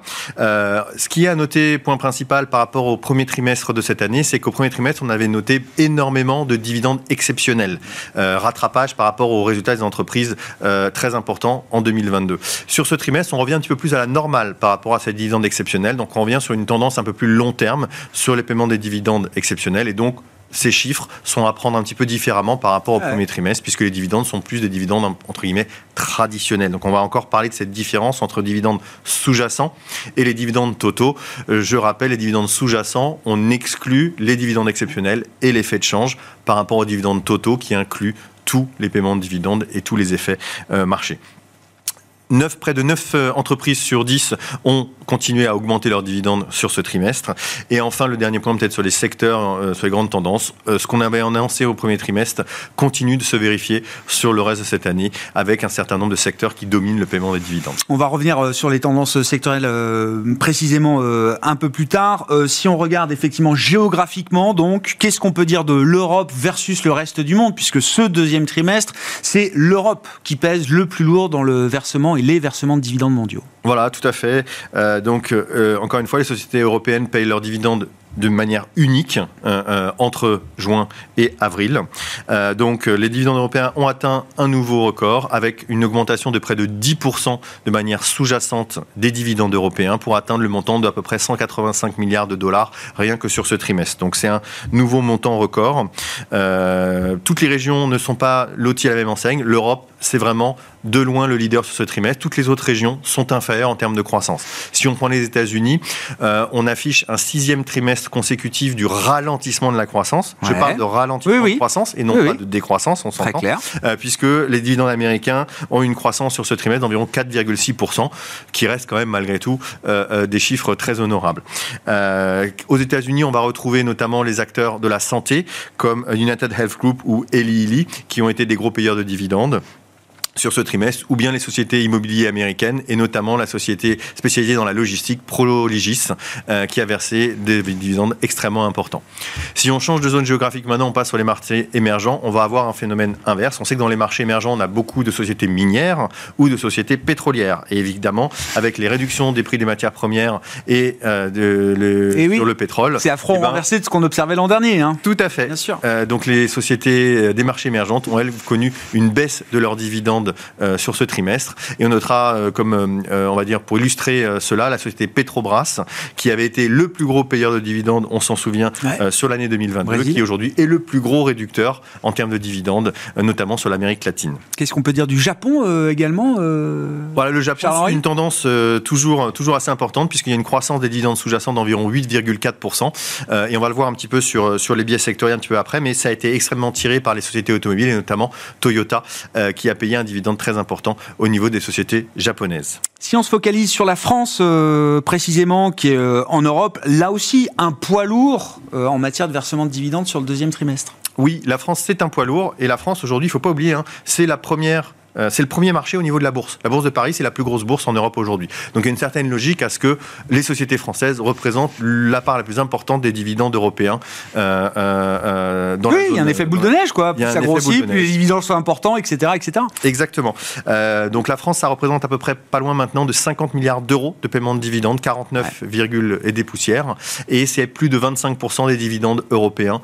Ce qui est à noter, point principal par rapport au premier trimestre de cette année, c'est qu'au premier trimestre, on avait noté énormément de dividendes exceptionnels. Rattrapage par rapport aux résultats des entreprises très importants en 2022. Sur ce trimestre, on revient un petit peu plus à la normale par rapport à ces dividendes exceptionnels. Donc on revient sur une tendance un peu plus long terme sur les paiements des dividendes exceptionnels et donc ces chiffres sont à prendre un petit peu différemment par rapport au premier trimestre, puisque les dividendes sont plus des dividendes, entre guillemets, traditionnels. Donc on va encore parler de cette différence entre dividendes sous-jacents et les dividendes totaux. Je rappelle, les dividendes sous-jacents, on exclut les dividendes exceptionnels et l'effet de change par rapport aux dividendes totaux qui incluent tous les paiements de dividendes et tous les effets marchés. Près de 9 entreprises sur 10 ont continué à augmenter leurs dividendes sur ce trimestre. Et enfin, le dernier point peut-être sur les secteurs, sur les grandes tendances. Ce qu'on avait annoncé au premier trimestre continue de se vérifier sur le reste de cette année avec un certain nombre de secteurs qui dominent le paiement des dividendes.
On va revenir sur les tendances sectorielles précisément un peu plus tard. Si on regarde effectivement géographiquement, donc, qu'est-ce qu'on peut dire de l'Europe versus le reste du monde, puisque ce deuxième trimestre, c'est l'Europe qui pèse le plus lourd dans le versement et les versements de dividendes mondiaux.
Voilà, tout à fait. Encore une fois, les sociétés européennes payent leurs dividendes de manière unique entre juin et avril. Les dividendes européens ont atteint un nouveau record avec une augmentation de près de 10% de manière sous-jacente des dividendes européens pour atteindre le montant d'à peu près 185 milliards de dollars rien que sur ce trimestre. Donc c'est un nouveau montant record. Toutes les régions ne sont pas loties à la même enseigne. L'Europe, c'est vraiment de loin le leader sur ce trimestre. Toutes les autres régions sont inférieures en termes de croissance. Si on prend les États-Unis, on affiche un 6e trimestre consécutif du ralentissement de la croissance. Je parle de ralentissement de croissance et non pas de décroissance, on s'entend.
Très clair.
Puisque les dividendes américains ont une croissance sur ce trimestre d'environ 4,6%, qui reste quand même malgré tout des chiffres très honorables. Aux États-Unis, on va retrouver notamment les acteurs de la santé, comme United Health Group ou Eli Lilly, qui ont été des gros payeurs de dividendes sur ce trimestre, ou bien les sociétés immobilières américaines, et notamment la société spécialisée dans la logistique, Prologis, qui a versé des dividendes extrêmement importants. Si on change de zone géographique maintenant, on passe sur les marchés émergents, on va avoir un phénomène inverse. On sait que dans les marchés émergents, on a beaucoup de sociétés minières ou de sociétés pétrolières. Et évidemment, avec les réductions des prix des matières premières et sur le pétrole...
C'est à front renversé de ce qu'on observait l'an dernier. Hein.
Tout à fait.
Bien sûr.
Donc les sociétés des marchés émergentes ont, elles, connu une baisse de leurs dividendes sur ce trimestre. Et on notera, on va dire, pour illustrer cela, la société Petrobras, qui avait été le plus gros payeur de dividendes, on s'en souvient, sur l'année 2022, Brésil, qui aujourd'hui est le plus gros réducteur en termes de dividendes, notamment sur l'Amérique latine. Qu'est-ce
qu'on peut dire du Japon également
Voilà, le Japon, c'est une tendance toujours assez importante, puisqu'il y a une croissance des dividendes sous-jacents d'environ 8,4%. Et on va le voir un petit peu sur les biais sectoriels un petit peu après, mais ça a été extrêmement tiré par les sociétés automobiles, et notamment Toyota, qui a payé un dividende très important au niveau des sociétés japonaises.
Si on se focalise sur la France précisément, qui est en Europe, là aussi un poids lourd en matière de versement de dividendes sur le deuxième trimestre.
Oui, la France c'est un poids lourd, et la France aujourd'hui, il ne faut pas oublier, c'est la première... c'est le premier marché au niveau de la bourse. La bourse de Paris, c'est la plus grosse bourse en Europe aujourd'hui. Donc il y a une certaine logique à ce que les sociétés françaises représentent la part la plus importante des dividendes européens.
Il y a un effet boule de neige, quoi. Plus ça grossit, plus les dividendes sont importants, etc. etc.
Exactement. Donc la France, ça représente à peu près pas loin maintenant de 50 milliards d'euros de paiement de dividendes, 49, et des poussières. Et c'est plus de 25% des dividendes européens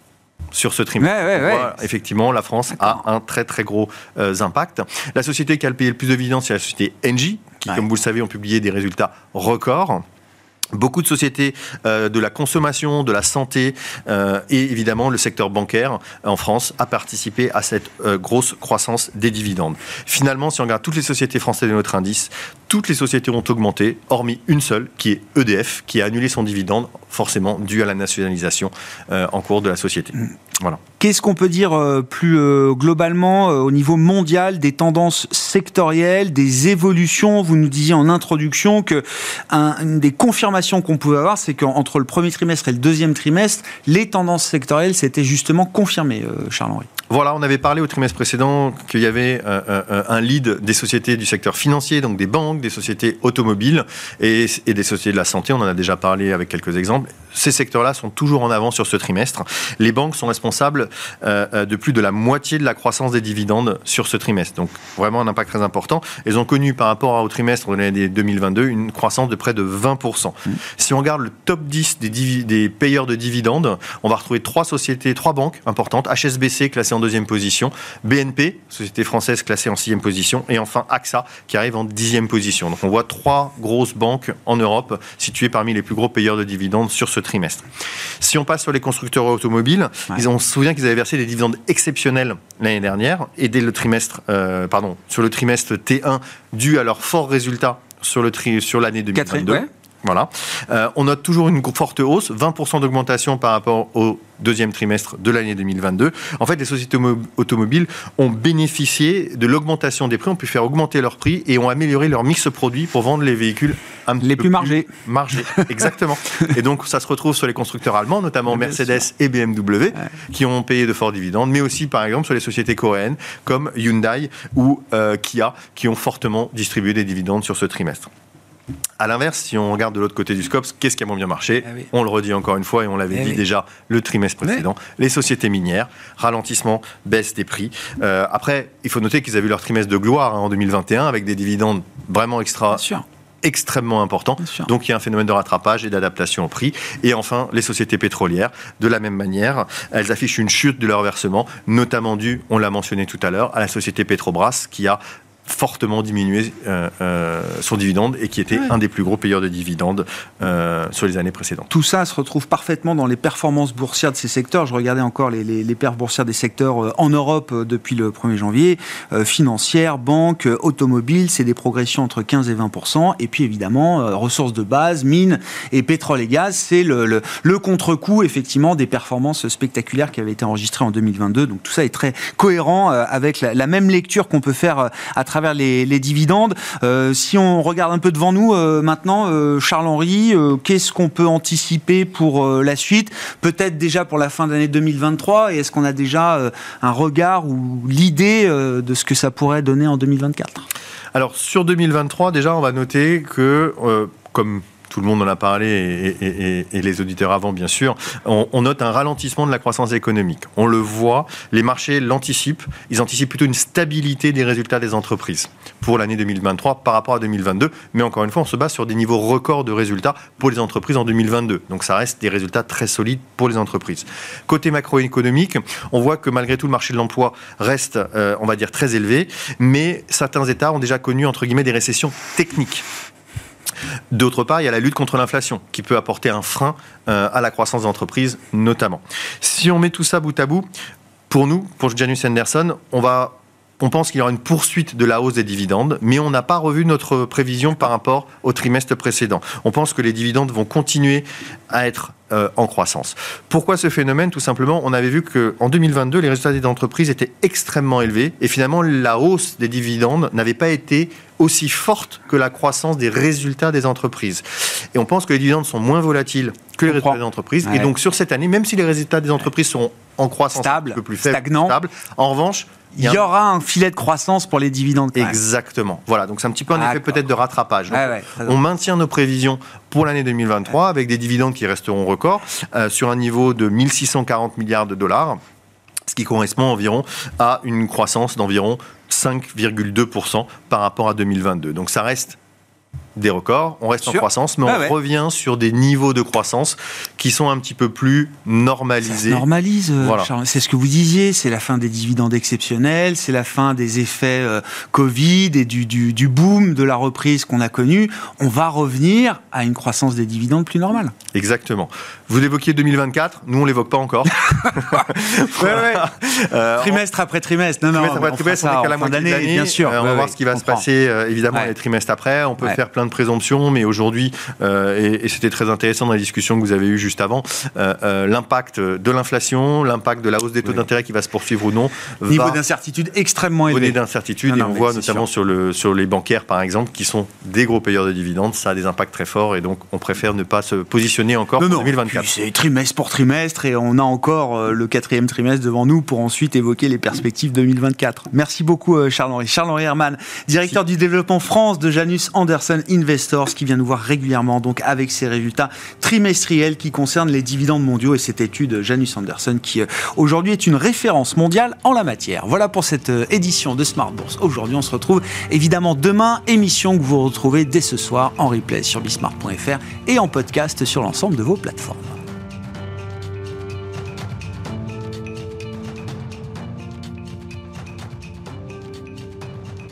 sur ce trimestre. Effectivement, la France a un très très gros impact. La société qui a payé le plus de dividendes, c'est la société Engie, qui, comme vous le savez, ont publié des résultats records. Beaucoup de sociétés de la consommation, de la santé et évidemment le secteur bancaire en France a participé à cette grosse croissance des dividendes. Finalement, si on regarde toutes les sociétés françaises de notre indice, toutes les sociétés ont augmenté, hormis une seule, qui est EDF, qui a annulé son dividende, forcément dû à la nationalisation en cours de la société. Voilà.
Qu'est-ce qu'on peut dire plus globalement au niveau mondial des tendances sectorielles, des évolutions? Vous nous disiez en introduction que une des confirmations qu'on pouvait avoir, c'est qu'entre le premier trimestre et le deuxième trimestre, les tendances sectorielles s'étaient justement confirmées, Charles-Henri.
Voilà, on avait parlé au trimestre précédent qu'il y avait un lead des sociétés du secteur financier, donc des banques, des sociétés automobiles et des sociétés de la santé. On en a déjà parlé avec quelques exemples. Ces secteurs-là sont toujours en avant sur ce trimestre. Les banques sont responsables de plus de la moitié de la croissance des dividendes sur ce trimestre. Donc vraiment un impact très important. Elles ont connu par rapport au trimestre de l'année 2022 une croissance de près de 20%. Si on regarde le top 10 des payeurs de dividendes, on va retrouver trois banques importantes. HSBC classée en deuxième position, BNP, société française classée en 6e position, et enfin AXA qui arrive en 10e position. Donc on voit trois grosses banques en Europe situées parmi les plus gros payeurs de dividendes sur ce trimestre. Si on passe sur les constructeurs automobiles, on se souvient qu'ils avaient versé des dividendes exceptionnels l'année dernière, et dès le trimestre, sur le trimestre T1, dû à leurs forts résultats sur l'année 2022. Voilà. On note toujours une forte hausse, 20% d'augmentation par rapport au deuxième trimestre de l'année 2022. En fait, les sociétés automobiles ont bénéficié de l'augmentation des prix, ont pu faire augmenter leurs prix et ont amélioré leur mix produit pour vendre les véhicules
les plus margés.
Exactement. Et donc, ça se retrouve sur les constructeurs allemands, notamment Mercedes et BMW, qui ont payé de forts dividendes, mais aussi, par exemple, sur les sociétés coréennes comme Hyundai ou Kia, qui ont fortement distribué des dividendes sur ce trimestre. À l'inverse, si on regarde de l'autre côté du scope, qu'est-ce qui a moins bien marché ? On le redit encore une fois et on l'avait dit déjà le trimestre précédent. Les sociétés minières, ralentissement, baisse des prix. Après, il faut noter qu'ils avaient eu leur trimestre de gloire en 2021 avec des dividendes vraiment extrêmement importants. Donc il y a un phénomène de rattrapage et d'adaptation au prix. Et enfin, les sociétés pétrolières, de la même manière, elles affichent une chute de leur versement, notamment due, on l'a mentionné tout à l'heure, à la société Petrobras qui a fortement diminué son dividende et qui était un des plus gros payeurs de dividendes sur les années précédentes.
Tout ça se retrouve parfaitement dans les performances boursières de ces secteurs. Je regardais encore les perfs boursières des secteurs en Europe depuis le 1er janvier. Financière, banque, automobile, c'est des progressions entre 15 et 20%. Et puis évidemment, ressources de base, mines et pétrole et gaz, c'est le contre-coup effectivement des performances spectaculaires qui avaient été enregistrées en 2022. Donc tout ça est très cohérent avec la même lecture qu'on peut faire à travers les dividendes. Si on regarde un peu devant nous maintenant, Charles-Henri, qu'est-ce qu'on peut anticiper pour la suite? Peut-être déjà pour la fin d'année 2023, et est-ce qu'on a déjà un regard ou l'idée de ce que ça pourrait donner en 2024?
Alors sur 2023, déjà on va noter que, comme tout le monde en a parlé et les auditeurs avant bien sûr, on note un ralentissement de la croissance économique. On le voit, les marchés l'anticipent, ils anticipent plutôt une stabilité des résultats des entreprises pour l'année 2023 par rapport à 2022, mais encore une fois on se base sur des niveaux records de résultats pour les entreprises en 2022, donc ça reste des résultats très solides pour les entreprises. Côté macroéconomique, on voit que malgré tout le marché de l'emploi reste, on va dire, très élevé, mais certains États ont déjà connu entre guillemets des récessions techniques. D'autre part, il y a la lutte contre l'inflation qui peut apporter un frein à la croissance d'entreprise notamment. Si on met tout ça bout à bout, pour nous, pour Janus Henderson, on pense qu'il y aura une poursuite de la hausse des dividendes, mais on n'a pas revu notre prévision par rapport au trimestre précédent. On pense que les dividendes vont continuer à être en croissance. Pourquoi ce phénomène? Tout simplement, on avait vu qu'en 2022, les résultats des entreprises étaient extrêmement élevés et finalement, la hausse des dividendes n'avait pas été aussi forte que la croissance des résultats des entreprises. Et on pense que les dividendes sont moins volatiles que les résultats des entreprises. Ouais. Et donc, sur cette année, même si les résultats des entreprises sont en croissance
stable,
un peu plus faible,
stagnant,
stable, en revanche,
il y aura un filet de croissance pour les dividendes.
Exactement. Voilà, donc c'est un petit peu un effet peut-être de rattrapage. Donc,
ouais,
on maintient nos prévisions pour l'année 2023 avec des dividendes qui resteront records sur un niveau de 1640 milliards de dollars, ce qui correspond environ à une croissance d'environ 5,2% par rapport à 2022. Donc ça reste des records, on reste en croissance, mais on revient sur des niveaux de croissance qui sont un petit peu plus normalisés.
Ça se normalise, voilà. Charles, c'est ce que vous disiez, c'est la fin des dividendes exceptionnels, c'est la fin des effets Covid et du boom de la reprise qu'on a connu. On va revenir à une croissance des dividendes plus normale.
Exactement. Vous évoquiez 2024, nous on ne l'évoque pas encore.
Trimestre après trimestre.
Trimestre après trimestre, on est qu'à la moitié de l'année.
Bien sûr.
On va voir ce qui va se passer évidemment les trimestres après. On peut faire plein de présomptions, mais aujourd'hui, et c'était très intéressant dans la discussion que vous avez eue juste avant, l'impact de l'inflation, l'impact de la hausse des taux d'intérêt qui va se poursuivre ou non.
Niveau d'incertitude extrêmement élevé.
Niveau d'incertitude, et on voit notamment sur les bancaires par exemple, qui sont des gros payeurs de dividendes, ça a des impacts très forts et donc on préfère ne pas se positionner encore pour 2024.
C'est trimestre pour trimestre et on a encore le 4e trimestre devant nous pour ensuite évoquer les perspectives 2024. Merci beaucoup Charles-Henri. Charles-Henri Herrmann, directeur du développement France de Janus Henderson Investors, qui vient nous voir régulièrement donc avec ses résultats trimestriels qui concernent les dividendes mondiaux et cette étude Janus Henderson qui aujourd'hui est une référence mondiale en la matière. Voilà pour cette édition de Smart Bourse. Aujourd'hui, on se retrouve évidemment demain, émission que vous retrouvez dès ce soir en replay sur bismart.fr et en podcast sur l'ensemble de vos plateformes.